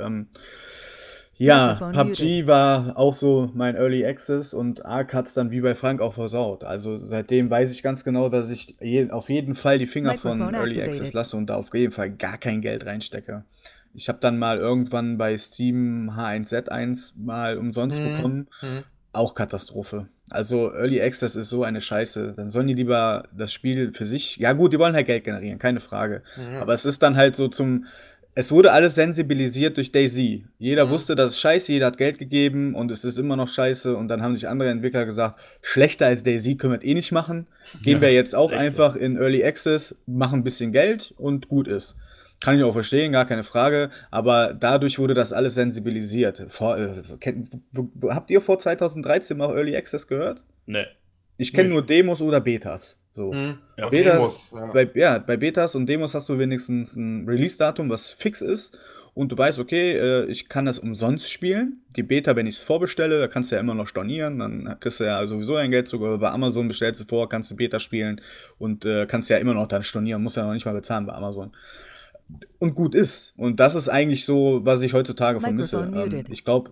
Ja, Microphone PUBG war auch so mein Early Access und Ark hat's dann wie bei Frank auch versaut. Also seitdem weiß ich ganz genau, dass ich auf jeden Fall die Finger von Microphone Early activated. Access lasse und da auf jeden Fall gar kein Geld reinstecke. Ich habe dann mal irgendwann bei Steam H1Z1 mal umsonst bekommen. Auch Katastrophe. Also Early Access ist so eine Scheiße. Dann sollen die lieber das Spiel für sich. Ja gut, die wollen halt Geld generieren, keine Frage. Ja. Aber es ist dann halt so es wurde alles sensibilisiert durch DayZ. Jeder wusste, das ist scheiße, jeder hat Geld gegeben und es ist immer noch scheiße. Und dann haben sich andere Entwickler gesagt, schlechter als DayZ können wir es eh nicht machen. Gehen wir jetzt auch ist echt einfach in Early Access, machen ein bisschen Geld und gut ist. Kann ich auch verstehen, gar keine Frage. Aber dadurch wurde das alles sensibilisiert. Habt ihr vor 2013 mal Early Access gehört? Ne. Ich kenne Nee. nur Demos oder Betas. So. Ja, Beta- Demos. Ja. Bei Betas und Demos hast du wenigstens ein Release-Datum, was fix ist. Und du weißt, okay, ich kann das umsonst spielen. Die Beta, wenn ich es vorbestelle, da kannst du ja immer noch stornieren. Dann kriegst du ja sowieso ein Geld sogar. Bei Amazon bestellst du vor, kannst du Beta spielen und kannst ja immer noch dann stornieren. Musst ja noch nicht mal bezahlen bei Amazon. Und gut ist. Und das ist eigentlich so, was ich heutzutage vermisse. Microphone muted. Ich glaube,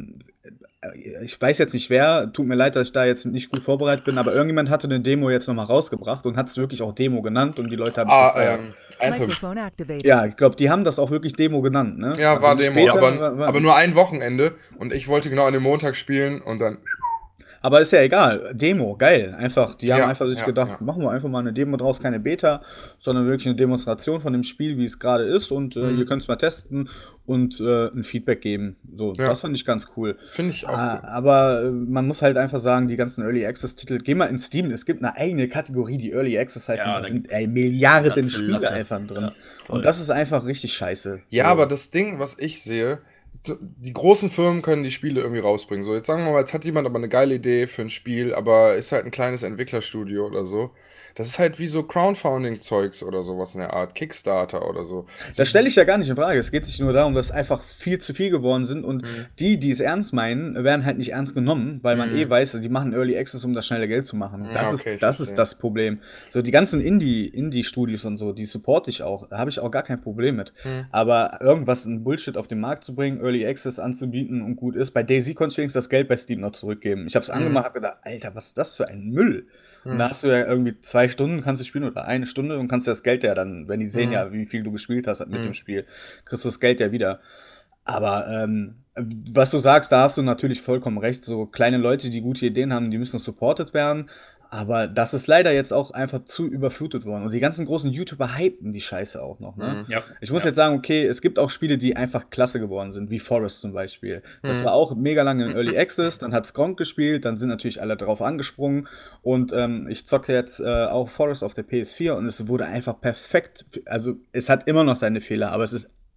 ich weiß jetzt nicht wer, tut mir leid, dass ich da jetzt nicht gut vorbereitet bin, aber irgendjemand hatte eine Demo jetzt nochmal rausgebracht und hat es wirklich auch Demo genannt und die Leute haben es gefeiert. Anthem. Microphone activated. Ja, ich glaube, die haben das auch wirklich Demo genannt, ne? Ja, Also war nicht Demo, Beta, aber nur ein Wochenende und ich wollte genau an dem Montag spielen und dann. Aber ist ja egal. Demo, geil. Einfach, die haben Ja, einfach sich ja, gedacht, ja. machen wir einfach mal eine Demo draus, keine Beta, sondern wirklich eine Demonstration von dem Spiel, wie es gerade ist und ihr könnt es mal testen und ein Feedback geben. So, Ja. das fand ich ganz cool. Finde ich auch cool. Aber man muss halt einfach sagen, die ganzen Early Access Titel, geh mal in Steam, es gibt eine eigene Kategorie, die Early Access heißt, Ja, und da da sind gibt's Milliarden Latte, Spiele Latte. einfach drin. Ja, voll. Und das ist einfach richtig scheiße. Ja, So. aber das Ding, was ich sehe, die großen Firmen können die Spiele irgendwie rausbringen. So, jetzt sagen wir mal, jetzt hat jemand aber eine geile Idee für ein Spiel, aber ist halt ein kleines Entwicklerstudio oder so. Das ist halt wie so Crowdfunding-Zeugs oder sowas in der Art, Kickstarter oder so. Das stelle ich ja gar nicht in Frage. Es geht sich nur darum, dass einfach viel zu viel geworden sind und die es ernst meinen, werden halt nicht ernst genommen, weil man eh weiß, die machen Early Access, um das schnelle Geld zu machen. Und Ja, das, okay, ich das verstehe. ist das Problem. So, die ganzen Indie-Studios und so, die supporte ich auch. Da habe ich auch gar kein Problem mit. Aber irgendwas, ein Bullshit auf den Markt zu bringen, Early Access anzubieten und gut ist. Bei DayZ konnte ich wenigstens das Geld bei Steam noch zurückgeben. Ich habe es angemacht, habe gedacht, Alter, was ist das für ein Müll? Und da hast du ja irgendwie 2 Stunden kannst du spielen oder 1 Stunde und kannst das Geld ja dann, wenn die sehen ja, wie viel du gespielt hast mit dem Spiel, kriegst du das Geld ja wieder. Aber was du sagst, da hast du natürlich vollkommen recht. So kleine Leute, die gute Ideen haben, die müssen supported werden. Aber das ist leider jetzt auch einfach zu überflutet worden. Und die ganzen großen YouTuber hypen die Scheiße auch noch. Ne? Ja. Ich muss Ja. jetzt sagen, okay, es gibt auch Spiele, die einfach klasse geworden sind, wie Forest zum Beispiel. Das war auch mega lange in Early Access, dann hat Gronk gespielt, dann sind natürlich alle drauf angesprungen. Und ich zocke jetzt auch Forest auf der PS4 und es wurde einfach perfekt. Also es hat immer noch seine Fehler, aber es ist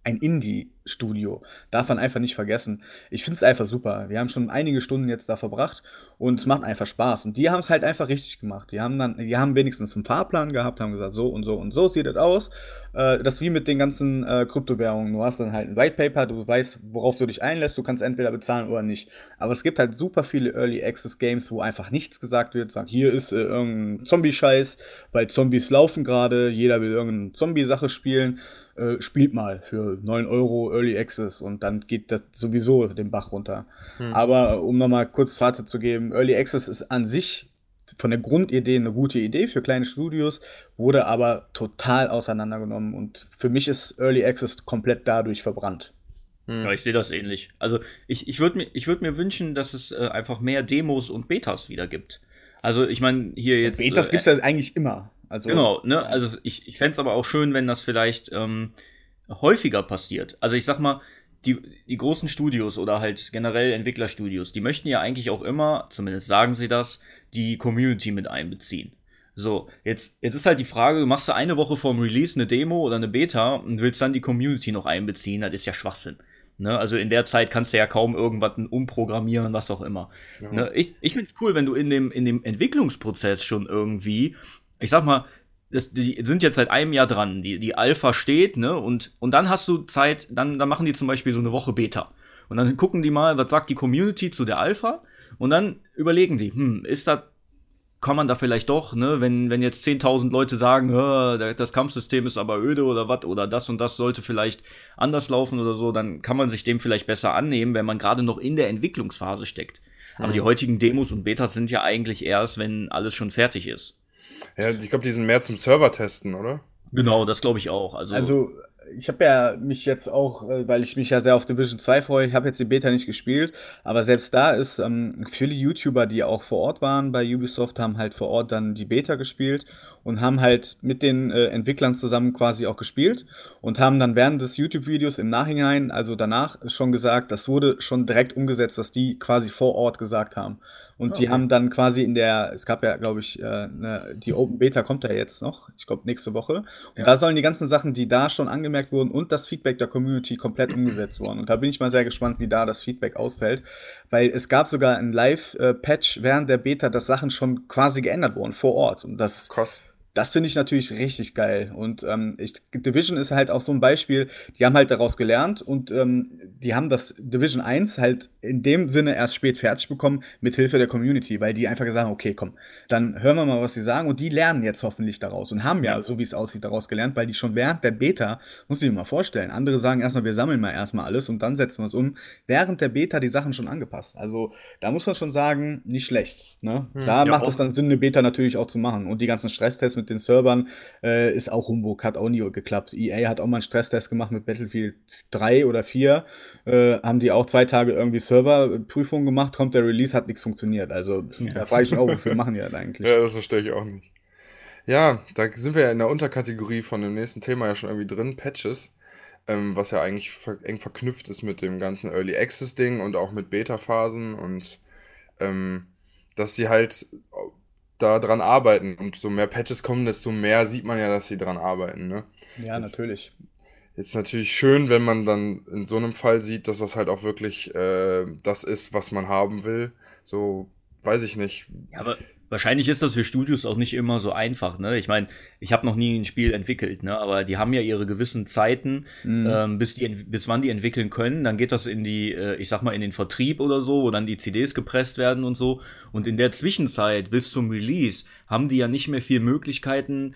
ein Indie-Studio. Darf man einfach nicht vergessen. Ich finde es einfach super. Wir haben schon einige Stunden jetzt da verbracht und es macht einfach Spaß. Und die haben es halt einfach richtig gemacht. Die haben wenigstens einen Fahrplan gehabt, haben gesagt, so und so und so sieht das aus. Das ist wie mit den ganzen Kryptowährungen. Du hast dann halt ein White Paper, du weißt, worauf du dich einlässt, du kannst entweder bezahlen oder nicht. Aber es gibt halt super viele Early Access Games, wo einfach nichts gesagt wird. Sagen, hier ist irgendein Zombie-Scheiß, weil Zombies laufen gerade, jeder will irgendeine Zombie-Sache spielen. Spielt mal für 9 Euro Early Access und dann geht das sowieso den Bach runter. Hm. Aber um nochmal kurz Fazit zu geben, Early Access ist an sich von der Grundidee eine gute Idee für kleine Studios, wurde aber total auseinandergenommen und für mich ist Early Access komplett dadurch verbrannt. Ja, ich sehe das ähnlich. Also ich würd mir wünschen, dass es einfach mehr Demos und Betas wieder gibt. Also ich meine, hier jetzt. Betas gibt es ja eigentlich immer. Also, genau, ne? Also ich fände es aber auch schön, wenn das vielleicht häufiger passiert. Also ich sag mal, die großen Studios oder halt generell Entwicklerstudios, die möchten ja eigentlich auch immer, zumindest sagen sie das, die Community mit einbeziehen. So, jetzt ist halt die Frage, du machst da eine Woche vorm Release eine Demo oder eine Beta und willst dann die Community noch einbeziehen, das ist ja Schwachsinn. Ne? Also in der Zeit kannst du ja kaum irgendwas umprogrammieren, was auch immer. Ja. Ne? Ich finde es cool, wenn du in dem Entwicklungsprozess schon irgendwie, ich sag mal, die sind jetzt seit einem Jahr dran, die Alpha steht, ne, und dann hast du Zeit, dann machen die zum Beispiel so eine Woche Beta. Und dann gucken die mal, was sagt die Community zu der Alpha, und dann überlegen die, kann man da vielleicht doch, ne, wenn jetzt 10.000 Leute sagen, das Kampfsystem ist aber öde oder was, oder das und das sollte vielleicht anders laufen oder so, dann kann man sich dem vielleicht besser annehmen, wenn man gerade noch in der Entwicklungsphase steckt. Aber die heutigen Demos und Betas sind ja eigentlich erst, wenn alles schon fertig ist. Ja, ich glaube, die sind mehr zum Server-Testen, oder? Genau, das glaube ich auch. Also, ich habe ja mich jetzt auch, weil ich mich ja sehr auf Division 2 freue, ich habe jetzt die Beta nicht gespielt, aber selbst da ist viele YouTuber, die auch vor Ort waren bei Ubisoft, haben halt vor Ort dann die Beta gespielt und haben halt mit den Entwicklern zusammen quasi auch gespielt und haben dann während des YouTube-Videos im Nachhinein, also danach, schon gesagt, das wurde schon direkt umgesetzt, was die quasi vor Ort gesagt haben. Und die haben dann quasi es gab ja, glaube ich, die Open Beta kommt ja jetzt noch, ich glaube nächste Woche. Und Ja. da sollen die ganzen Sachen, die da schon angemerkt wurden und das Feedback der Community komplett umgesetzt worden. Und da bin ich mal sehr gespannt, wie da das Feedback ausfällt. Weil es gab sogar ein Live-Patch während der Beta, dass Sachen schon quasi geändert wurden vor Ort. Und Krass. das finde ich natürlich richtig geil. Und Division ist halt auch so ein Beispiel, die haben halt daraus gelernt und die haben das Division 1 halt in dem Sinne erst spät fertig bekommen, mit Hilfe der Community, weil die einfach gesagt haben, okay, komm, dann hören wir mal, was sie sagen und die lernen jetzt hoffentlich daraus und haben ja, so wie es aussieht, daraus gelernt, weil die schon während der Beta, muss ich mir mal vorstellen, andere sagen erstmal, wir sammeln mal erstmal alles und dann setzen wir es um, während der Beta die Sachen schon angepasst. Also da muss man schon sagen, nicht schlecht. Ne? Da Ja, macht auch- es dann Sinn, eine Beta natürlich auch zu machen und die ganzen Stresstests mit den Servern ist auch Humbug, hat auch nie geklappt. EA hat auch mal einen Stresstest gemacht mit Battlefield 3 oder 4. Haben die auch 2 Tage irgendwie Serverprüfungen gemacht, kommt der Release, hat nichts funktioniert. Also da frage ich mich auch, wofür machen die das eigentlich? Ja, das verstehe ich auch nicht. Ja, da sind wir ja in der Unterkategorie von dem nächsten Thema ja schon irgendwie drin, Patches, was ja eigentlich eng verknüpft ist mit dem ganzen Early Access Ding und auch mit Beta-Phasen und dass die halt da dran arbeiten und so mehr Patches kommen, desto mehr sieht man ja, dass sie dran arbeiten, ne? Ja, Jetzt, natürlich. jetzt natürlich schön, wenn man dann in so einem Fall sieht, dass das halt auch wirklich das ist, was man haben will. So, weiß ich nicht. Ja, aber wahrscheinlich ist das für Studios auch nicht immer so einfach, ne? Ich meine, ich habe noch nie ein Spiel entwickelt, ne? Aber die haben ja ihre gewissen Zeiten, bis wann die entwickeln können. Dann geht das in ich sag mal, in den Vertrieb oder so, wo dann die CDs gepresst werden und so. Und in der Zwischenzeit bis zum Release haben die ja nicht mehr viel Möglichkeiten,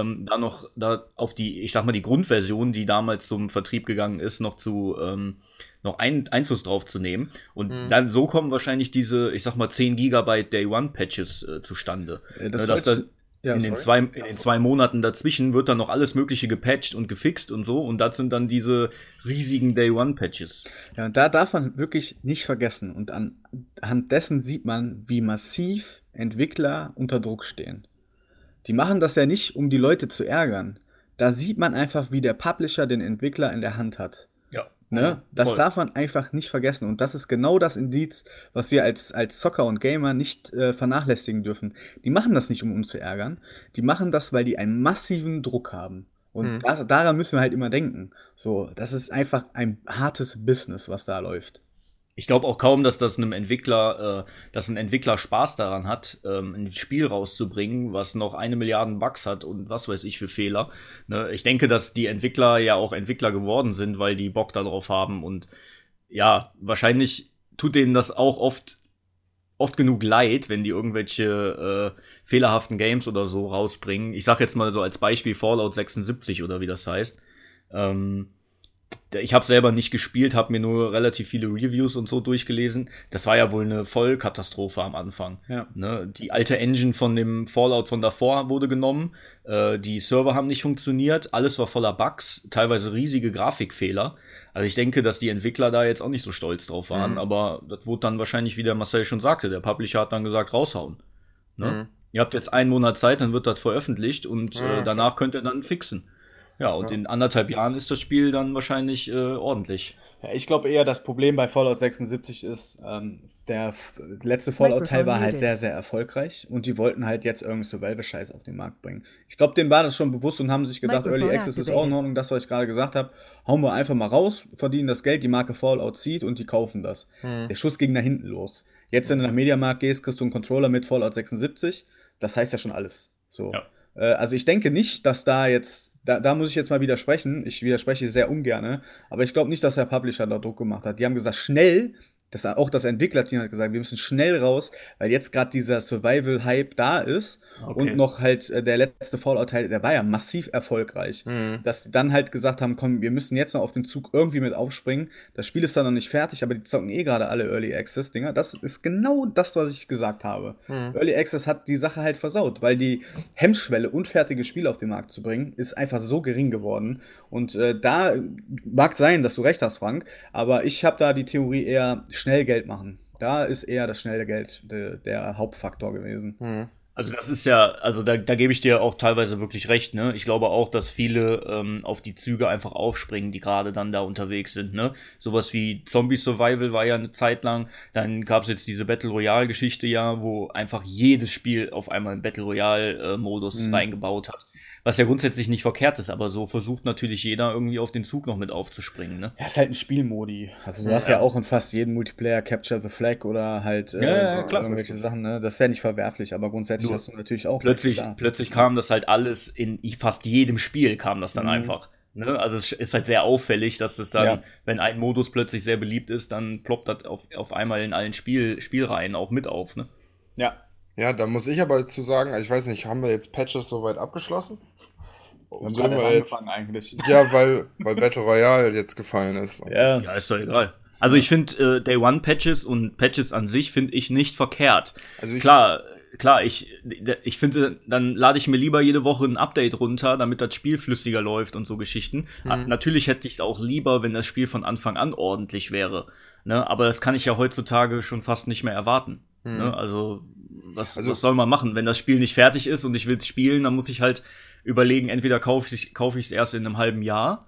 da auf ich sag mal, die Grundversion, die damals zum Vertrieb gegangen ist, noch Einfluss drauf zu nehmen. Und dann so kommen wahrscheinlich diese, ich sag mal, 10 Gigabyte Day One Patches zustande. Das Dass wollte da ja, in den sorry. in den 2 Monaten dazwischen wird dann noch alles Mögliche gepatcht und gefixt und so. Und das sind dann diese riesigen Day One Patches. Ja, und da darf man wirklich nicht vergessen. Und anhand dessen sieht man, wie massiv Entwickler unter Druck stehen. Die machen das ja nicht, um die Leute zu ärgern. Da sieht man einfach, wie der Publisher den Entwickler in der Hand hat. Ja. Ne? Das Voll. darf man einfach nicht vergessen. Und das ist genau das Indiz, was wir als Zocker und Gamer nicht vernachlässigen dürfen. Die machen das nicht, um uns zu ärgern. Die machen das, weil die einen massiven Druck haben. Und Hm. daran müssen wir halt immer denken. So, das ist einfach ein hartes Business, was da läuft. Ich glaube auch kaum, dass das dass ein Entwickler Spaß daran hat, ein Spiel rauszubringen, was noch 1 Milliarde Bugs hat und was weiß ich für Fehler. Ne? Ich denke, dass die Entwickler ja auch Entwickler geworden sind, weil die Bock darauf haben und ja, wahrscheinlich tut denen das auch oft genug leid, wenn die irgendwelche fehlerhaften Games oder so rausbringen. Ich sag jetzt mal so als Beispiel Fallout 76 oder wie das heißt. Ähm, Ich habe selber nicht gespielt, habe mir nur relativ viele Reviews und so durchgelesen. Das war ja wohl eine Vollkatastrophe am Anfang. Ja. Ne? Die alte Engine von dem Fallout von davor wurde genommen. Die Server haben nicht funktioniert. Alles war voller Bugs, teilweise riesige Grafikfehler. Also ich denke, dass die Entwickler da jetzt auch nicht so stolz drauf waren. Aber das wurde dann wahrscheinlich, wie der Marcel schon sagte, der Publisher hat dann gesagt, raushauen. Ne? Mhm. Ihr habt jetzt 1 Monat Zeit, dann wird das veröffentlicht und Ja, danach könnt ihr dann fixen. Ja, und Ja. in 1,5 Jahren ist das Spiel dann wahrscheinlich ordentlich. Ja, ich glaube eher, das Problem bei Fallout 76 ist, letzte Fallout-Teil war halt muted. sehr, sehr erfolgreich und die wollten halt jetzt irgendeinen Survival-Scheiß auf den Markt bringen. Ich glaube, denen war das schon bewusst und haben sich gedacht, Microphone Early Access ist auch in activated. Ordnung, das, was ich gerade gesagt habe, hauen wir einfach mal raus, verdienen das Geld, die Marke Fallout zieht und die kaufen das. Hm. Der Schuss ging nach hinten los. Jetzt, wenn du nach Mediamarkt gehst, kriegst du einen Controller mit Fallout 76. Das heißt ja schon alles. So. Ja. Also ich denke nicht, dass da jetzt, da muss ich jetzt mal widersprechen. Ich widerspreche sehr ungern, aber ich glaube nicht, dass der Publisher da Druck gemacht hat. Die haben gesagt, schnell, auch das Entwicklerteam hat gesagt, wir müssen schnell raus, weil jetzt gerade dieser Survival-Hype da ist und noch halt der letzte Fallout-Teil, der war ja massiv erfolgreich. Hm. Dass die dann halt gesagt haben, komm, wir müssen jetzt noch auf den Zug irgendwie mit aufspringen. Das Spiel ist dann noch nicht fertig, aber die zocken eh gerade alle Early Access-Dinger. Das ist genau das, was ich gesagt habe. Hm. Early Access hat die Sache halt versaut, weil die Hemmschwelle, unfertige Spiele auf den Markt zu bringen, ist einfach so gering geworden. Und da mag sein, dass du recht hast, Frank, aber ich habe da die Theorie eher schnell Geld machen. Da ist eher das schnelle Geld der Hauptfaktor gewesen. Hm. Also das ist ja, also da gebe ich dir auch teilweise wirklich recht, ne? Ich glaube auch, dass viele auf die Züge einfach aufspringen, die gerade dann da unterwegs sind, ne? Sowas wie Zombie Survival war ja eine Zeit lang, dann gab es jetzt diese Battle Royale Geschichte ja, wo einfach jedes Spiel auf einmal einen Battle Royale Modus reingebaut hat. Was ja grundsätzlich nicht verkehrt ist, aber so versucht natürlich jeder irgendwie auf den Zug noch mit aufzuspringen, ne? Ja, ist halt ein Spielmodi. Also du hast ja auch in fast jedem Multiplayer Capture the Flag oder halt Ja, klar. irgendwelche Sachen, ne? Das ist ja nicht verwerflich, aber grundsätzlich Nur hast du natürlich auch plötzlich kam das halt alles in fast jedem Spiel kam das dann einfach. Ne? Also es ist halt sehr auffällig, dass das dann, Ja. wenn ein Modus plötzlich sehr beliebt ist, dann ploppt das auf einmal in allen Spielreihen auch mit auf, ne? Ja. Ja, da muss ich aber dazu sagen, also ich weiß nicht, haben wir jetzt Patches soweit abgeschlossen? Wir haben Sollen gerade wir erst jetzt- angefangen eigentlich. Ja, weil Battle Royale jetzt gefallen ist. Ja. Ja, ist doch egal. Also ich finde Day One Patches und Patches an sich finde ich nicht verkehrt. Also ich- Klar, ich finde, dann lade ich mir lieber jede Woche ein Update runter, damit das Spiel flüssiger läuft und so Geschichten. Natürlich hätte ich es auch lieber, wenn das Spiel von Anfang an ordentlich wäre. Ne? Aber das kann ich ja heutzutage schon fast nicht mehr erwarten. Ne? Also, was soll man machen? Wenn das Spiel nicht fertig ist und ich will es spielen, dann muss ich halt überlegen, entweder kaufe ich es erst in einem halben Jahr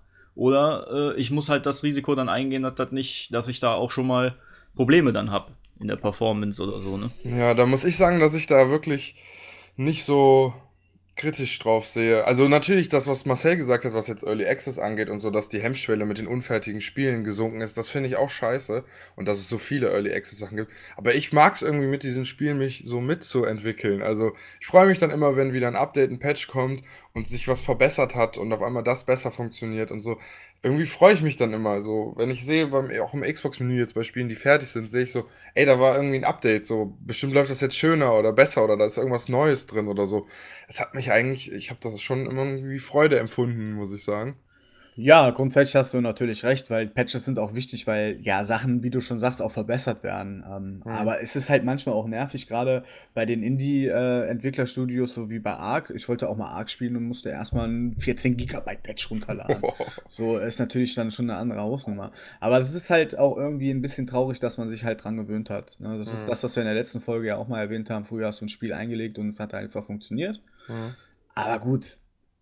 oder ich muss halt das Risiko dann eingehen, dass ich da auch schon mal Probleme dann habe in der Performance oder so, ne? Ja, da muss ich sagen, dass ich da wirklich nicht so kritisch drauf sehe. Also natürlich das, was Marcel gesagt hat, was jetzt Early Access angeht und so, dass die Hemmschwelle mit den unfertigen Spielen gesunken ist, das finde ich auch scheiße und dass es so viele Early Access Sachen gibt. Aber ich mag es irgendwie mit diesen Spielen, mich so mitzuentwickeln. Also ich freue mich dann immer, wenn wieder ein Update, ein Patch kommt und sich was verbessert hat und auf einmal das besser funktioniert und so. Irgendwie freue ich mich dann immer so. Wenn ich sehe, auch im Xbox-Menü jetzt bei Spielen, die fertig sind, sehe ich so, ey, da war irgendwie ein Update, so bestimmt läuft das jetzt schöner oder besser oder da ist irgendwas Neues drin oder so. Es hat mich eigentlich, ich habe das schon immer irgendwie Freude empfunden, muss ich sagen. Ja, grundsätzlich hast du natürlich recht, weil Patches sind auch wichtig, weil ja Sachen, wie du schon sagst, auch verbessert werden. Aber es ist halt manchmal auch nervig, gerade bei den Indie-Entwicklerstudios, so wie bei Ark. Ich wollte auch mal Ark spielen und musste erstmal einen 14 Gigabyte Patch runterladen. So ist natürlich dann schon eine andere Hausnummer. Aber das ist halt auch irgendwie ein bisschen traurig, dass man sich halt dran gewöhnt hat. Ne? Das ist das, was wir in der letzten Folge ja auch mal erwähnt haben. Früher hast du ein Spiel eingelegt und es hat einfach funktioniert. Aber gut,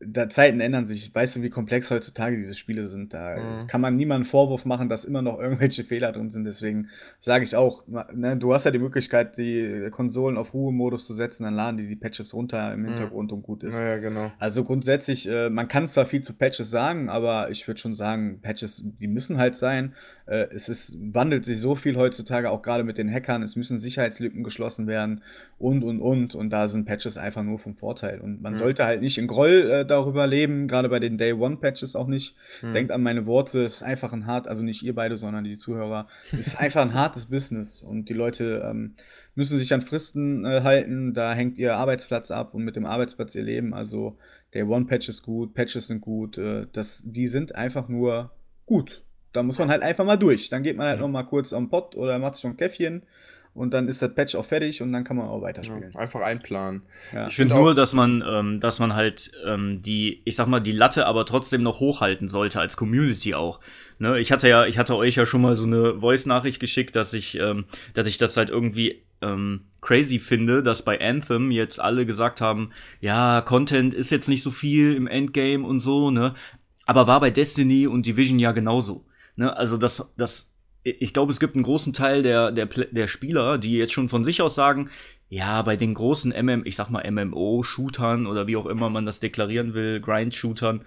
Zeiten ändern sich. Weißt du, wie komplex heutzutage diese Spiele sind? Da kann man niemandem einen Vorwurf machen, dass immer noch irgendwelche Fehler drin sind. Deswegen sage ich auch, ne, du hast ja die Möglichkeit, die Konsolen auf Ruhemodus zu setzen, dann laden die Patches runter im Hintergrund und gut ist. Ja, genau. Also grundsätzlich, man kann zwar viel zu Patches sagen, aber ich würde schon sagen, Patches, die müssen halt sein. Wandelt sich so viel heutzutage, auch gerade mit den Hackern. Es müssen Sicherheitslücken geschlossen werden und. Und da sind Patches einfach nur vom Vorteil. Und man sollte halt nicht in Groll darüber leben, gerade bei den Day-One-Patches auch nicht. Denkt an meine Worte, es ist einfach also nicht ihr beide, sondern die Zuhörer, es ist einfach ein hartes Business und die Leute müssen sich an Fristen halten, da hängt ihr Arbeitsplatz ab und mit dem Arbeitsplatz ihr Leben, also Day-One-Patch ist gut, Patches sind gut, die sind einfach nur gut. Da muss man halt einfach mal durch. Dann geht man halt noch mal kurz am Pott oder macht sich noch ein Käffchen und dann ist das Patch auch fertig und dann kann man auch weiterspielen. Ja, einfach einplanen. Ja. Ich finde nur, dass man halt ich sag mal, die Latte aber trotzdem noch hochhalten sollte als Community auch. Ne? Ich hatte euch ja schon mal so eine Voice-Nachricht geschickt, dass ich das halt irgendwie crazy finde, dass bei Anthem jetzt alle gesagt haben, ja, Content ist jetzt nicht so viel im Endgame und so, ne? Aber war bei Destiny und Division ja genauso. Ne? Also ich glaube, es gibt einen großen Teil der Spieler, die jetzt schon von sich aus sagen, ja, bei den großen MMO-Shootern oder wie auch immer man das deklarieren will, Grind-Shootern,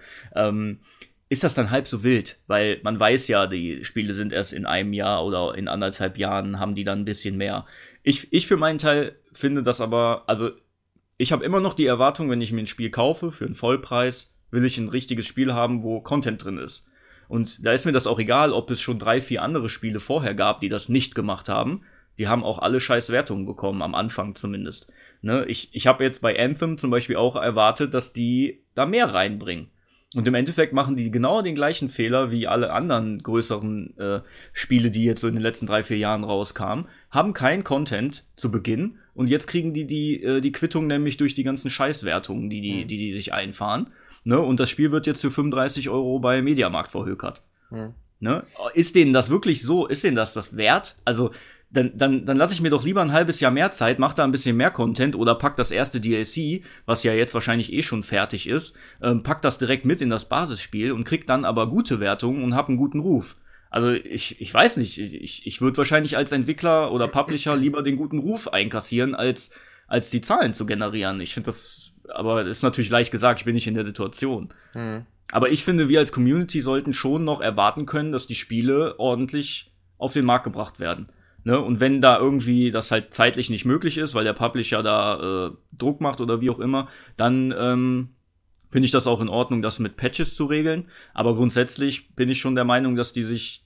ist das dann halb so wild, weil man weiß ja, die Spiele sind erst in einem Jahr oder in 1,5 Jahren, haben die dann ein bisschen mehr. Ich für meinen Teil finde das aber, also ich habe immer noch die Erwartung, wenn ich mir ein Spiel kaufe für einen Vollpreis, will ich ein richtiges Spiel haben, wo Content drin ist. Und da ist mir das auch egal, ob es schon 3, 4 andere Spiele vorher gab, die das nicht gemacht haben. Die haben auch alle scheiß Wertungen bekommen, am Anfang zumindest. Ne? Ich habe jetzt bei Anthem zum Beispiel auch erwartet, dass die da mehr reinbringen. Und im Endeffekt machen die genau den gleichen Fehler wie alle anderen größeren Spiele, die jetzt so in den letzten 3, 4 Jahren rauskamen, haben kein Content zu Beginn und jetzt kriegen die Quittung nämlich durch die ganzen Scheißwertungen, die sich einfahren. Ne? Und das Spiel wird jetzt für 35 € bei Mediamarkt verhökert. Ne? Ist denen das wirklich so? Ist denen das wert? Also dann lasse ich mir doch lieber ein halbes Jahr mehr Zeit, mach da ein bisschen mehr Content oder pack das erste DLC, was ja jetzt wahrscheinlich schon fertig ist, pack das direkt mit in das Basisspiel und krieg dann aber gute Wertungen und hab einen guten Ruf. Also ich weiß nicht, ich würde wahrscheinlich als Entwickler oder Publisher lieber den guten Ruf einkassieren, als die Zahlen zu generieren. Ich finde das, aber das ist natürlich leicht gesagt, ich bin nicht in der Situation. Aber ich finde, wir als Community sollten schon noch erwarten können, dass die Spiele ordentlich auf den Markt gebracht werden. Ne? Und wenn da irgendwie das halt zeitlich nicht möglich ist, weil der Publisher da Druck macht oder wie auch immer, dann finde ich das auch in Ordnung, das mit Patches zu regeln. Aber grundsätzlich bin ich schon der Meinung, dass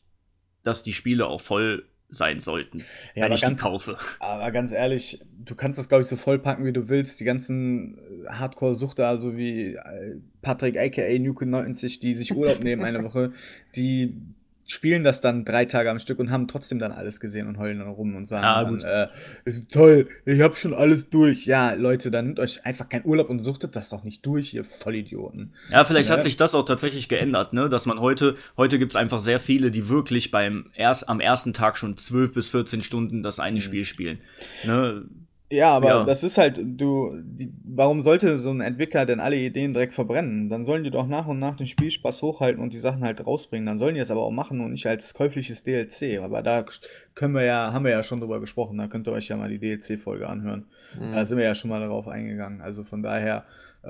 die Spiele auch voll sein sollten, ja, wenn ich die kaufe. Aber ganz ehrlich, du kannst das, glaube ich, so vollpacken, wie du willst. Die ganzen Hardcore-Suchter, so wie Patrick aka Nuke90, die sich Urlaub nehmen eine Woche, die spielen das dann 3 Tage am Stück und haben trotzdem dann alles gesehen und heulen dann rum und sagen dann, toll, ich hab schon alles durch. Ja, Leute, dann nimmt euch einfach keinen Urlaub und suchtet das doch nicht durch, ihr Vollidioten. Ja, vielleicht hat sich das auch tatsächlich geändert, ne, dass man heute gibt's einfach sehr viele, die wirklich am ersten Tag schon 12 bis 14 Stunden das eine Spiel spielen, ne. Ja, aber das ist halt, warum sollte so ein Entwickler denn alle Ideen direkt verbrennen? Dann sollen die doch nach und nach den Spielspaß hochhalten und die Sachen halt rausbringen. Dann sollen die das aber auch machen und nicht als käufliches DLC. Aber da haben wir ja schon drüber gesprochen. Da könnt ihr euch ja mal die DLC-Folge anhören. Da sind wir ja schon mal darauf eingegangen. Also von daher,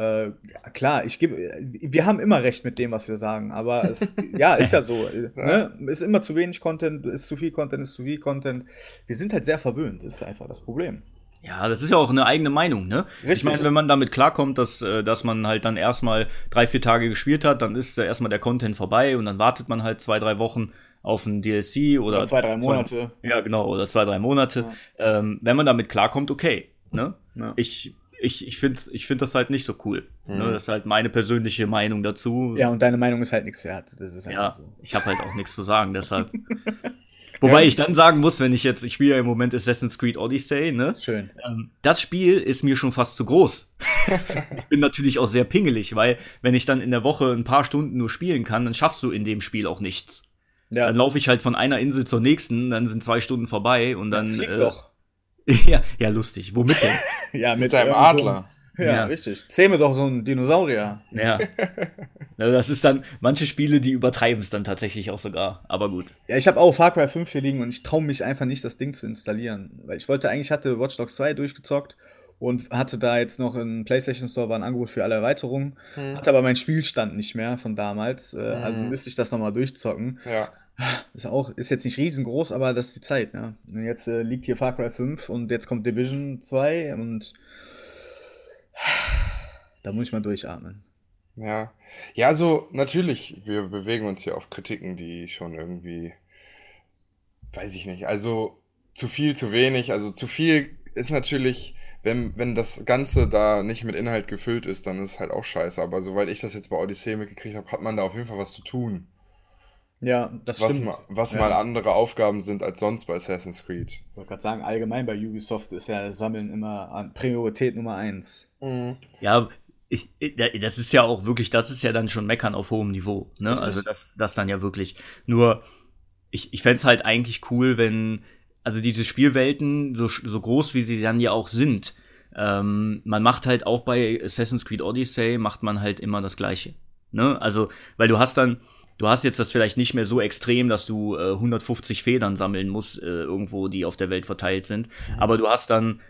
klar, wir haben immer recht mit dem, was wir sagen. Aber ist ja so. Ne? Ist immer zu wenig Content, ist zu viel Content, ist zu viel Content. Wir sind halt sehr verwöhnt, ist einfach das Problem. Ja, das ist ja auch eine eigene Meinung, ne? Richtig. Ich meine, wenn man damit klarkommt, dass man halt dann erstmal 3, 4 Tage gespielt hat, dann ist erstmal der Content vorbei und dann wartet man halt 2, 3 Wochen auf ein DLC oder 2, 3 Monate. Ja, genau, oder 2, 3 Monate. Ja. Wenn man damit klarkommt, okay, ne? Ja. Ich find das halt nicht so cool. Ne? Das ist halt meine persönliche Meinung dazu. Ja, und deine Meinung ist halt nichts wert. Das ist einfach so. Ich habe halt auch nichts zu sagen, deshalb. Wobei ich dann sagen muss, ich spiele ja im Moment Assassin's Creed Odyssey, ne? Schön. Das Spiel ist mir schon fast zu groß. Ich bin natürlich auch sehr pingelig, weil wenn ich dann in der Woche ein paar Stunden nur spielen kann, dann schaffst du in dem Spiel auch nichts. Ja. Dann laufe ich halt von einer Insel zur nächsten, dann sind 2 Stunden vorbei und dann. Flieg doch. Ja, lustig. Womit denn? Ja, mit deinem Adler. Ja, richtig. Zähme doch so ein Dinosaurier. Ja. Ja, das ist dann, manche Spiele, die übertreiben es dann tatsächlich auch sogar. Aber gut. Ja, ich habe auch Far Cry 5 hier liegen und ich traue mich einfach nicht, das Ding zu installieren. Weil hatte Watch Dogs 2 durchgezockt und hatte da jetzt noch im PlayStation Store war ein Angebot für alle Erweiterungen. Hatte aber meinen Spielstand nicht mehr von damals. Also müsste ich das nochmal durchzocken. Ja. Ist jetzt nicht riesengroß, aber das ist die Zeit, ne? Und jetzt liegt hier Far Cry 5 und jetzt kommt Division 2 und da muss ich mal durchatmen. Ja. Ja, also natürlich, wir bewegen uns hier auf Kritiken, die schon irgendwie, weiß ich nicht, also zu viel, zu wenig, also zu viel ist natürlich, wenn das Ganze da nicht mit Inhalt gefüllt ist, dann ist es halt auch scheiße, aber soweit ich das jetzt bei Odyssey mitgekriegt habe, hat man da auf jeden Fall was zu tun. Ja, das stimmt. Was Ja. mal andere Aufgaben sind als sonst bei Assassin's Creed. Ich wollte gerade sagen, allgemein bei Ubisoft ist ja Sammeln immer an Priorität Nummer 1. Ja, das ist ja auch wirklich, das ist ja dann schon Meckern auf hohem Niveau, ne? Richtig. Also das dann ja wirklich. Nur, ich fänd's halt eigentlich cool, wenn, also diese Spielwelten, so groß wie sie dann ja auch sind, man macht halt auch bei Assassin's Creed Odyssey, macht man halt immer das Gleiche, ne? Also, weil du hast jetzt das vielleicht nicht mehr so extrem, dass du 150 Federn sammeln musst, irgendwo, die auf der Welt verteilt sind. Aber du hast dann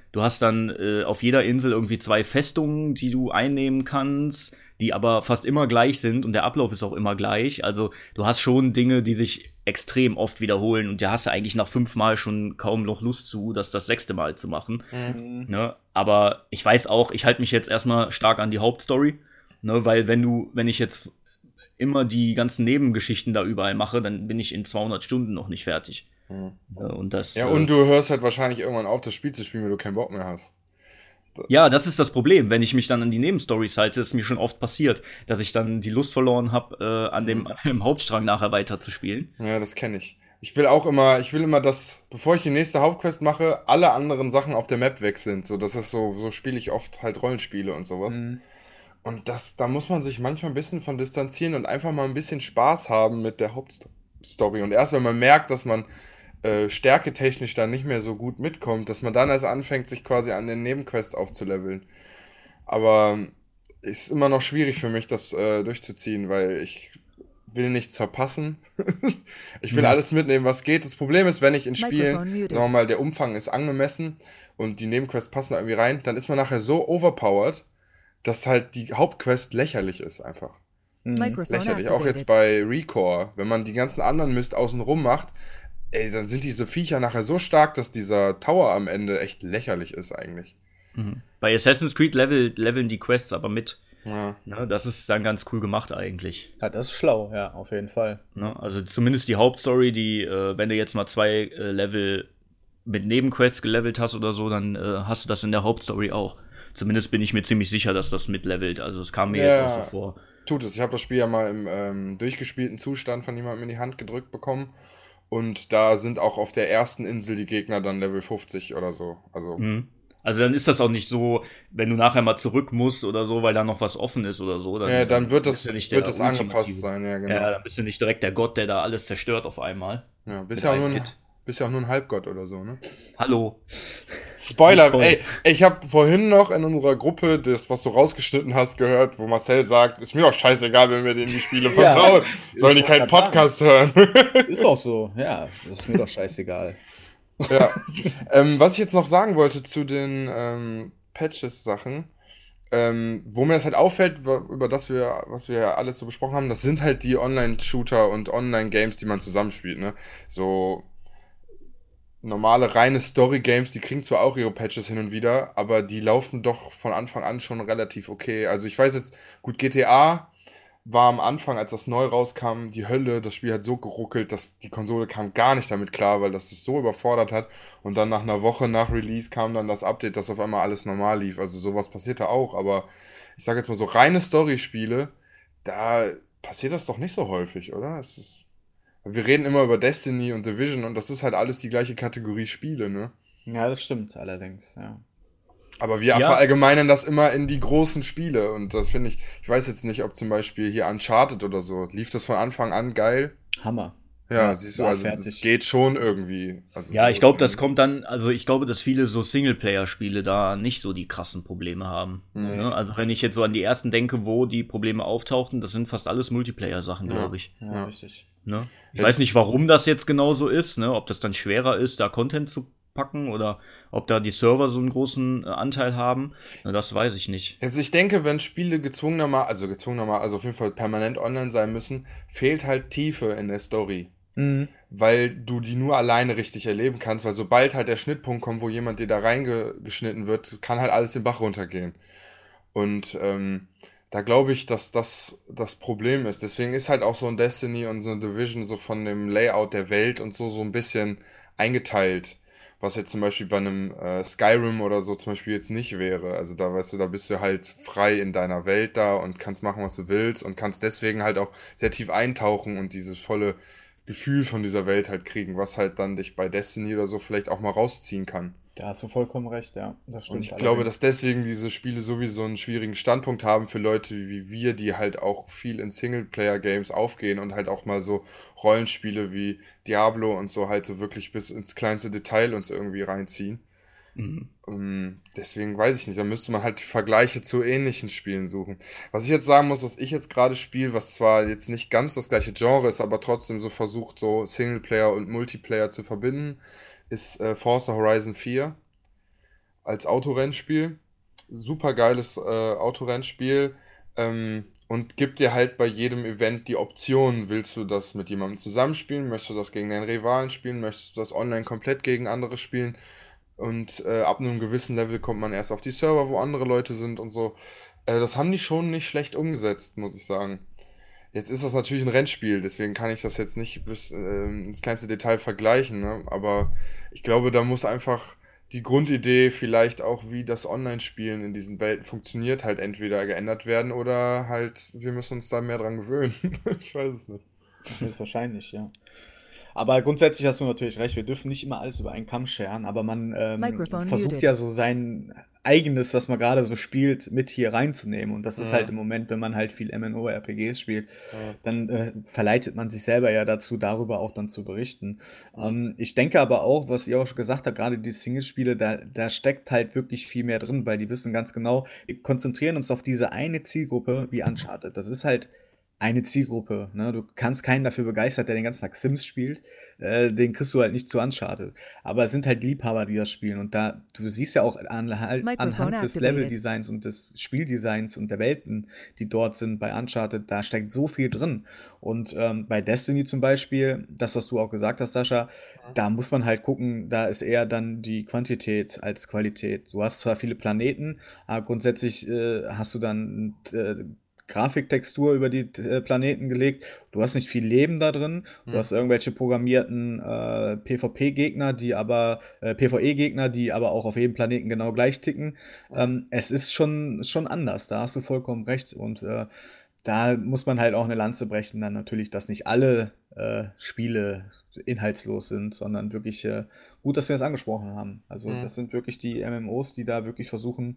auf jeder Insel irgendwie 2 Festungen, die du einnehmen kannst, die aber fast immer gleich sind und der Ablauf ist auch immer gleich. Also du hast schon Dinge, die sich extrem oft wiederholen und da hast du eigentlich nach 5 Mal schon kaum noch Lust zu, das 6. Mal zu machen. Ne? Aber ich weiß auch, ich halte mich jetzt erstmal stark an die Hauptstory, ne? Weil wenn ich jetzt immer die ganzen Nebengeschichten da überall mache, dann bin ich in 200 Stunden noch nicht fertig. Und das, Ja, und du hörst halt wahrscheinlich irgendwann auf, das Spiel zu spielen, wenn du keinen Bock mehr hast. ja, das ist das Problem. Wenn ich mich dann an die Nebenstories halte, ist mir schon oft passiert, dass ich dann die Lust verloren habe, an dem Hauptstrang nachher weiter zu spielen. Ja, das kenne ich. Ich will immer, dass, bevor ich die nächste Hauptquest mache, alle anderen Sachen auf der Map weg sind. So, das ist so spiele ich oft halt Rollenspiele und sowas. Und da muss man sich manchmal ein bisschen von distanzieren und einfach mal ein bisschen Spaß haben mit der Hauptstory. Und erst wenn man merkt, dass man stärketechnisch dann nicht mehr so gut mitkommt, dass man dann erst anfängt, sich quasi an den Nebenquests aufzuleveln. Aber ist immer noch schwierig für mich, das durchzuziehen, weil ich will nichts verpassen. Ich will alles mitnehmen, was geht. Das Problem ist, wenn ich in Spielen, Microphone muted. sagen wir mal, der Umfang ist angemessen und die Nebenquests passen da irgendwie rein, dann ist man nachher so overpowered, dass halt die Hauptquest lächerlich ist einfach. Microphone Lächerlich. Auch jetzt activated. bei Recore, wenn man die ganzen anderen Mist außenrum macht, ey, dann sind diese Viecher nachher so stark, dass dieser Tower am Ende echt lächerlich ist eigentlich. Bei Assassin's Creed leveln die Quests aber mit. Ja. Ne? Das ist dann ganz cool gemacht eigentlich. Ja, das ist schlau, ja, auf jeden Fall. Ne? Also zumindest die Hauptstory, die, wenn du jetzt mal 2 Level mit Nebenquests gelevelt hast oder so, dann hast du das in der Hauptstory auch. Zumindest bin ich mir ziemlich sicher, dass das mitlevelt. Also es kam mir Ja. jetzt auch so vor. Tut es. Ich habe das Spiel ja mal im durchgespielten Zustand von jemandem in die Hand gedrückt bekommen. Und da sind auch auf der ersten Insel die Gegner dann Level 50 oder so. Also, Also dann ist das auch nicht so, wenn du nachher mal zurück musst oder so, weil da noch was offen ist oder so. dann wird bist das, du nicht wird der das angepasst ultimative- sein, ja, genau. Ja, dann bist du nicht direkt der Gott, der da alles zerstört auf einmal. Ja, Mit bist ja auch einem Hit. nur ein Halbgott oder so, ne? Hallo. Spoiler, Nicht spoilern. ey, ich habe vorhin noch in unserer Gruppe das, was du rausgeschnitten hast, gehört, wo Marcel sagt, ist mir doch scheißegal, wenn wir denen die Spiele versauen. Sollen die ich keinen wollte grad Podcast hören? Ist auch so, ja. Das ist mir doch scheißegal. Ja. Was ich jetzt noch sagen wollte zu den Patches-Sachen, wo mir das halt auffällt, was wir alles so besprochen haben, das sind halt die Online-Shooter und Online-Games, die man zusammenspielt, ne? So normale, reine Story-Games, die kriegen zwar auch ihre Patches hin und wieder, aber die laufen doch von Anfang an schon relativ okay. Also ich weiß jetzt, gut, GTA war am Anfang, als das neu rauskam, die Hölle. Das Spiel hat so geruckelt, dass die Konsole kam gar nicht damit klar, weil das so überfordert hat. Und dann nach einer Woche nach Release kam dann das Update, dass auf einmal alles normal lief. Also sowas passierte auch, aber ich sage jetzt mal so, reine Story-Spiele, da passiert das doch nicht so häufig, oder? Wir reden immer über Destiny und Division und das ist halt alles die gleiche Kategorie Spiele, ne? Ja, das stimmt allerdings, ja. Aber wir Ja. verallgemeinern das immer in die großen Spiele und das ich weiß jetzt nicht, ob zum Beispiel hier Uncharted oder so, lief das von Anfang an geil? Hammer. Ja, siehst du, war also fertig. das geht schon irgendwie. Also Ja, so ich glaube, ist das schon- kommt dann, also ich glaube, dass viele so Singleplayer-Spiele da nicht so die krassen Probleme haben. Mhm. Ne? Also wenn ich jetzt so an die ersten denke, wo die Probleme auftauchten, das sind fast alles Multiplayer-Sachen, Ja. glaube ich. Ja, Ja. richtig. Ne? Ich Ja, weiß das- nicht, warum das jetzt genau so ist, ne? Ob das dann schwerer ist, da Content zu packen oder ob da die Server so einen großen Anteil haben. Na, das weiß ich nicht. Also ich denke, wenn Spiele gezwungenermaßen, also auf jeden Fall permanent online sein müssen, fehlt halt Tiefe in der Story. Mhm. Weil du die nur alleine richtig erleben kannst, weil sobald halt der Schnittpunkt kommt, wo jemand dir da reingeschnitten wird, kann halt alles den Bach runtergehen. Und da glaube ich, dass das das Problem ist. Deswegen ist halt auch so ein Destiny und so ein Division so von dem Layout der Welt und so ein bisschen eingeteilt. Was jetzt zum Beispiel bei einem Skyrim oder so zum Beispiel jetzt nicht wäre. Also da weißt du, da bist du halt frei in deiner Welt da und kannst machen, was du willst und kannst deswegen halt auch sehr tief eintauchen und dieses volle Gefühl von dieser Welt halt kriegen, was halt dann dich bei Destiny oder so vielleicht auch mal rausziehen kann. Da hast du vollkommen recht, ja. Das Und stimmt. ich glaube, dass deswegen diese Spiele sowieso einen schwierigen Standpunkt haben für Leute wie wir, die halt auch viel in Singleplayer-Games aufgehen und halt auch mal so Rollenspiele wie Diablo und so halt so wirklich bis ins kleinste Detail uns irgendwie reinziehen. Deswegen weiß ich nicht, da müsste man halt Vergleiche zu ähnlichen Spielen suchen. Was ich jetzt sagen muss, was ich jetzt gerade spiele, was zwar jetzt nicht ganz das gleiche Genre ist, aber trotzdem so versucht, so Singleplayer und Multiplayer zu verbinden, ist Forza Horizon 4 als Autorennspiel. Super geiles Autorennspiel und gibt dir halt bei jedem Event die Option, willst du das mit jemandem zusammenspielen, möchtest du das gegen deinen Rivalen spielen, möchtest du das online komplett gegen andere spielen und ab einem gewissen Level kommt man erst auf die Server, wo andere Leute sind und so. Das haben die schon nicht schlecht umgesetzt, muss ich sagen. Jetzt ist das natürlich ein Rennspiel, deswegen kann ich das jetzt nicht bis ins kleinste Detail vergleichen, ne? Aber ich glaube, da muss einfach die Grundidee vielleicht auch, wie das Online-Spielen in diesen Welten funktioniert, halt entweder geändert werden oder halt wir müssen uns da mehr dran gewöhnen. Ich weiß es nicht. Das ist wahrscheinlich, ja. Aber grundsätzlich hast du natürlich recht, wir dürfen nicht immer alles über einen Kamm scheren, aber man Microphone versucht muted. ja so sein eigenes, was man gerade so spielt, mit hier reinzunehmen. Und das ist Ja. halt im Moment, wenn man halt viel MMORPGs spielt, Ja. dann verleitet man sich selber ja dazu, darüber auch dann zu berichten. Ich denke aber auch, was ihr auch schon gesagt habt, gerade die Singlespiele, da steckt halt wirklich viel mehr drin, weil die wissen ganz genau, wir konzentrieren uns auf diese eine Zielgruppe wie Uncharted. Das ist halt eine Zielgruppe. Ne? Du kannst keinen dafür begeistern, der den ganzen Tag Sims spielt. Den kriegst du halt nicht zu Uncharted. Aber es sind halt Liebhaber, die das spielen. Und da, du siehst ja auch anhand des activated. Leveldesigns und des Spieldesigns und der Welten, die dort sind bei Uncharted, da steckt so viel drin. Und bei Destiny zum Beispiel, das, was du auch gesagt hast, Sascha, da muss man halt gucken, da ist eher dann die Quantität als Qualität. Du hast zwar viele Planeten, aber grundsätzlich hast du dann Grafiktextur über die Planeten gelegt. Du hast nicht viel Leben da drin. Du hast irgendwelche programmierten PvP-Gegner, die aber PvE-Gegner, die aber auch auf jedem Planeten genau gleich ticken. Es ist schon anders. Da hast du vollkommen recht. Und da muss man halt auch eine Lanze brechen, dann natürlich, dass nicht alle Spiele inhaltslos sind, sondern wirklich gut, dass wir das angesprochen haben. Also das sind wirklich die MMOs, die da wirklich versuchen,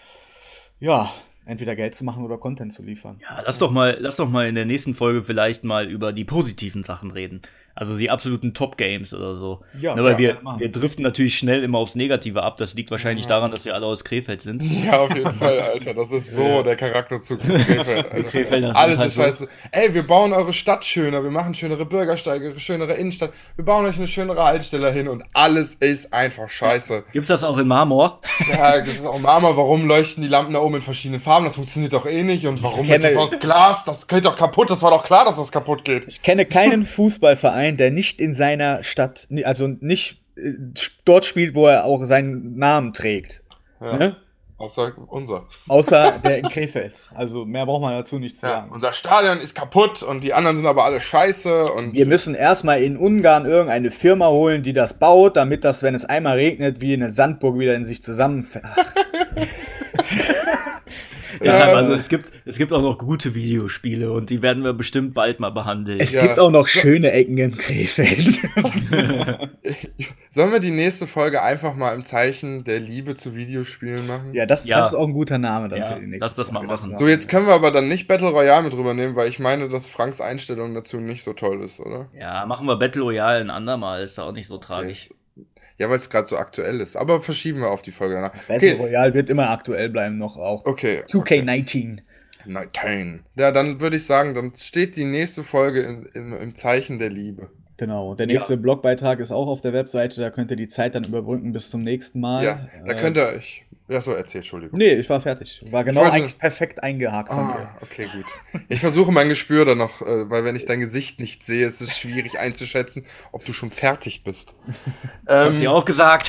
ja, entweder Geld zu machen oder Content zu liefern. Ja, lass doch mal in der nächsten Folge vielleicht mal über die positiven Sachen reden. Also die absoluten Top-Games oder so. Ja, Ne, weil ja, machen. wir driften natürlich schnell immer aufs Negative ab. Das liegt wahrscheinlich daran, dass wir alle aus Krefeld sind. Ja, auf jeden Fall, Alter. Das ist so der Charakterzug von Krefeld, Alter. Krefeld, das Alles ist ist halt scheiße. Ey, wir bauen eure Stadt schöner, wir machen schönere Bürgersteige, schönere Innenstadt, wir bauen euch eine schönere Haltestelle hin und alles ist einfach scheiße. Gibt's das auch in Marmor? Ja, das ist auch Mama, warum leuchten die Lampen da oben in verschiedenen Farben? Das funktioniert doch eh nicht. Und warum ist das aus Glas? Das geht doch kaputt. Das war doch klar, dass das kaputt geht. Ich kenne keinen Fußballverein, der nicht in seiner Stadt, also nicht dort spielt, wo er auch seinen Namen trägt. Ja. Ne? Außer unser. Außer der in Krefeld. Also mehr braucht man dazu nicht zu Ja, sagen. unser Stadion ist kaputt und die anderen sind aber alle scheiße. Und Wir müssen erstmal in Ungarn irgendeine Firma holen, die das baut, damit das, wenn es einmal regnet, wie eine Sandburg wieder in sich zusammenfällt. Deshalb, also es gibt auch noch gute Videospiele und die werden wir bestimmt bald mal behandeln. Es gibt auch noch schöne Ecken in Krefeld. Sollen wir die nächste Folge einfach mal im Zeichen der Liebe zu Videospielen machen? Ja, das ist auch ein guter Name dann Ja, für die nächste lass das mal Folge. machen. So, jetzt können wir aber dann nicht Battle Royale mit rübernehmen, weil ich meine, dass Franks Einstellung dazu nicht so toll ist, oder? Ja, machen wir Battle Royale ein andermal, ist da auch nicht so tragisch. Ja, weil es gerade so aktuell ist. Aber verschieben wir auf die Folge danach. Battle Royale wird immer aktuell bleiben, noch auch. Okay. 2K19. 19. Ja, dann würde ich sagen, dann steht die nächste Folge im Zeichen der Liebe. Genau, der nächste Blogbeitrag ist auch auf der Webseite, da könnt ihr die Zeit dann überbrücken bis zum nächsten Mal. Ja, da könnt ihr euch... Ja, so, erzählt, Entschuldigung. Nee, ich war fertig. War genau eigentlich perfekt eingehakt von mir. Okay, gut. Ich versuche mein Gespür dann noch, weil wenn ich dein Gesicht nicht sehe, ist es schwierig einzuschätzen, ob du schon fertig bist. Hat sie auch gesagt.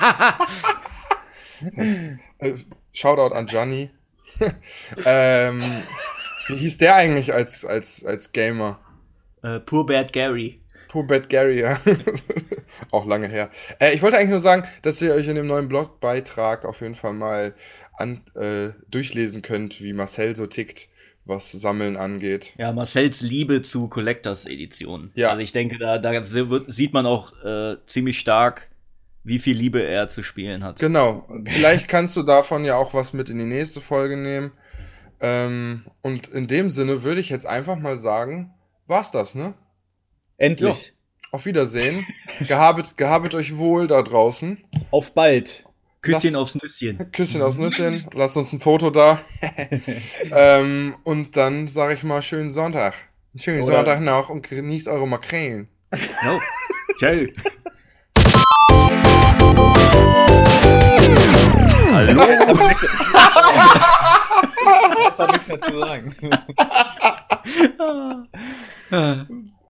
Shoutout an Gianni. Wie hieß der eigentlich als Gamer? Poor Bad Gary. Poor Bad Gary, ja. Auch lange her. Ich wollte eigentlich nur sagen, dass ihr euch in dem neuen Blogbeitrag auf jeden Fall mal durchlesen könnt, wie Marcel so tickt, was Sammeln angeht. Ja, Marcells Liebe zu Collectors-Editionen. Ja. Also ich denke, da sieht man auch ziemlich stark, wie viel Liebe er zu spielen hat. Genau. Vielleicht kannst du davon ja auch was mit in die nächste Folge nehmen. Und in dem Sinne würde ich jetzt einfach mal sagen, war's das, ne? Endlich. Ja. Auf Wiedersehen. Gehabet euch wohl da draußen. Auf bald. Küsschen aufs Nüsschen. Küsschen aufs Nüsschen. Lasst uns ein Foto da. Und dann sage ich mal schönen Sonntag. Einen schönen Sonntag noch und genießt eure Makrelen. Jo. Ciao. Hallo. Ich hab nichts mehr zu sagen.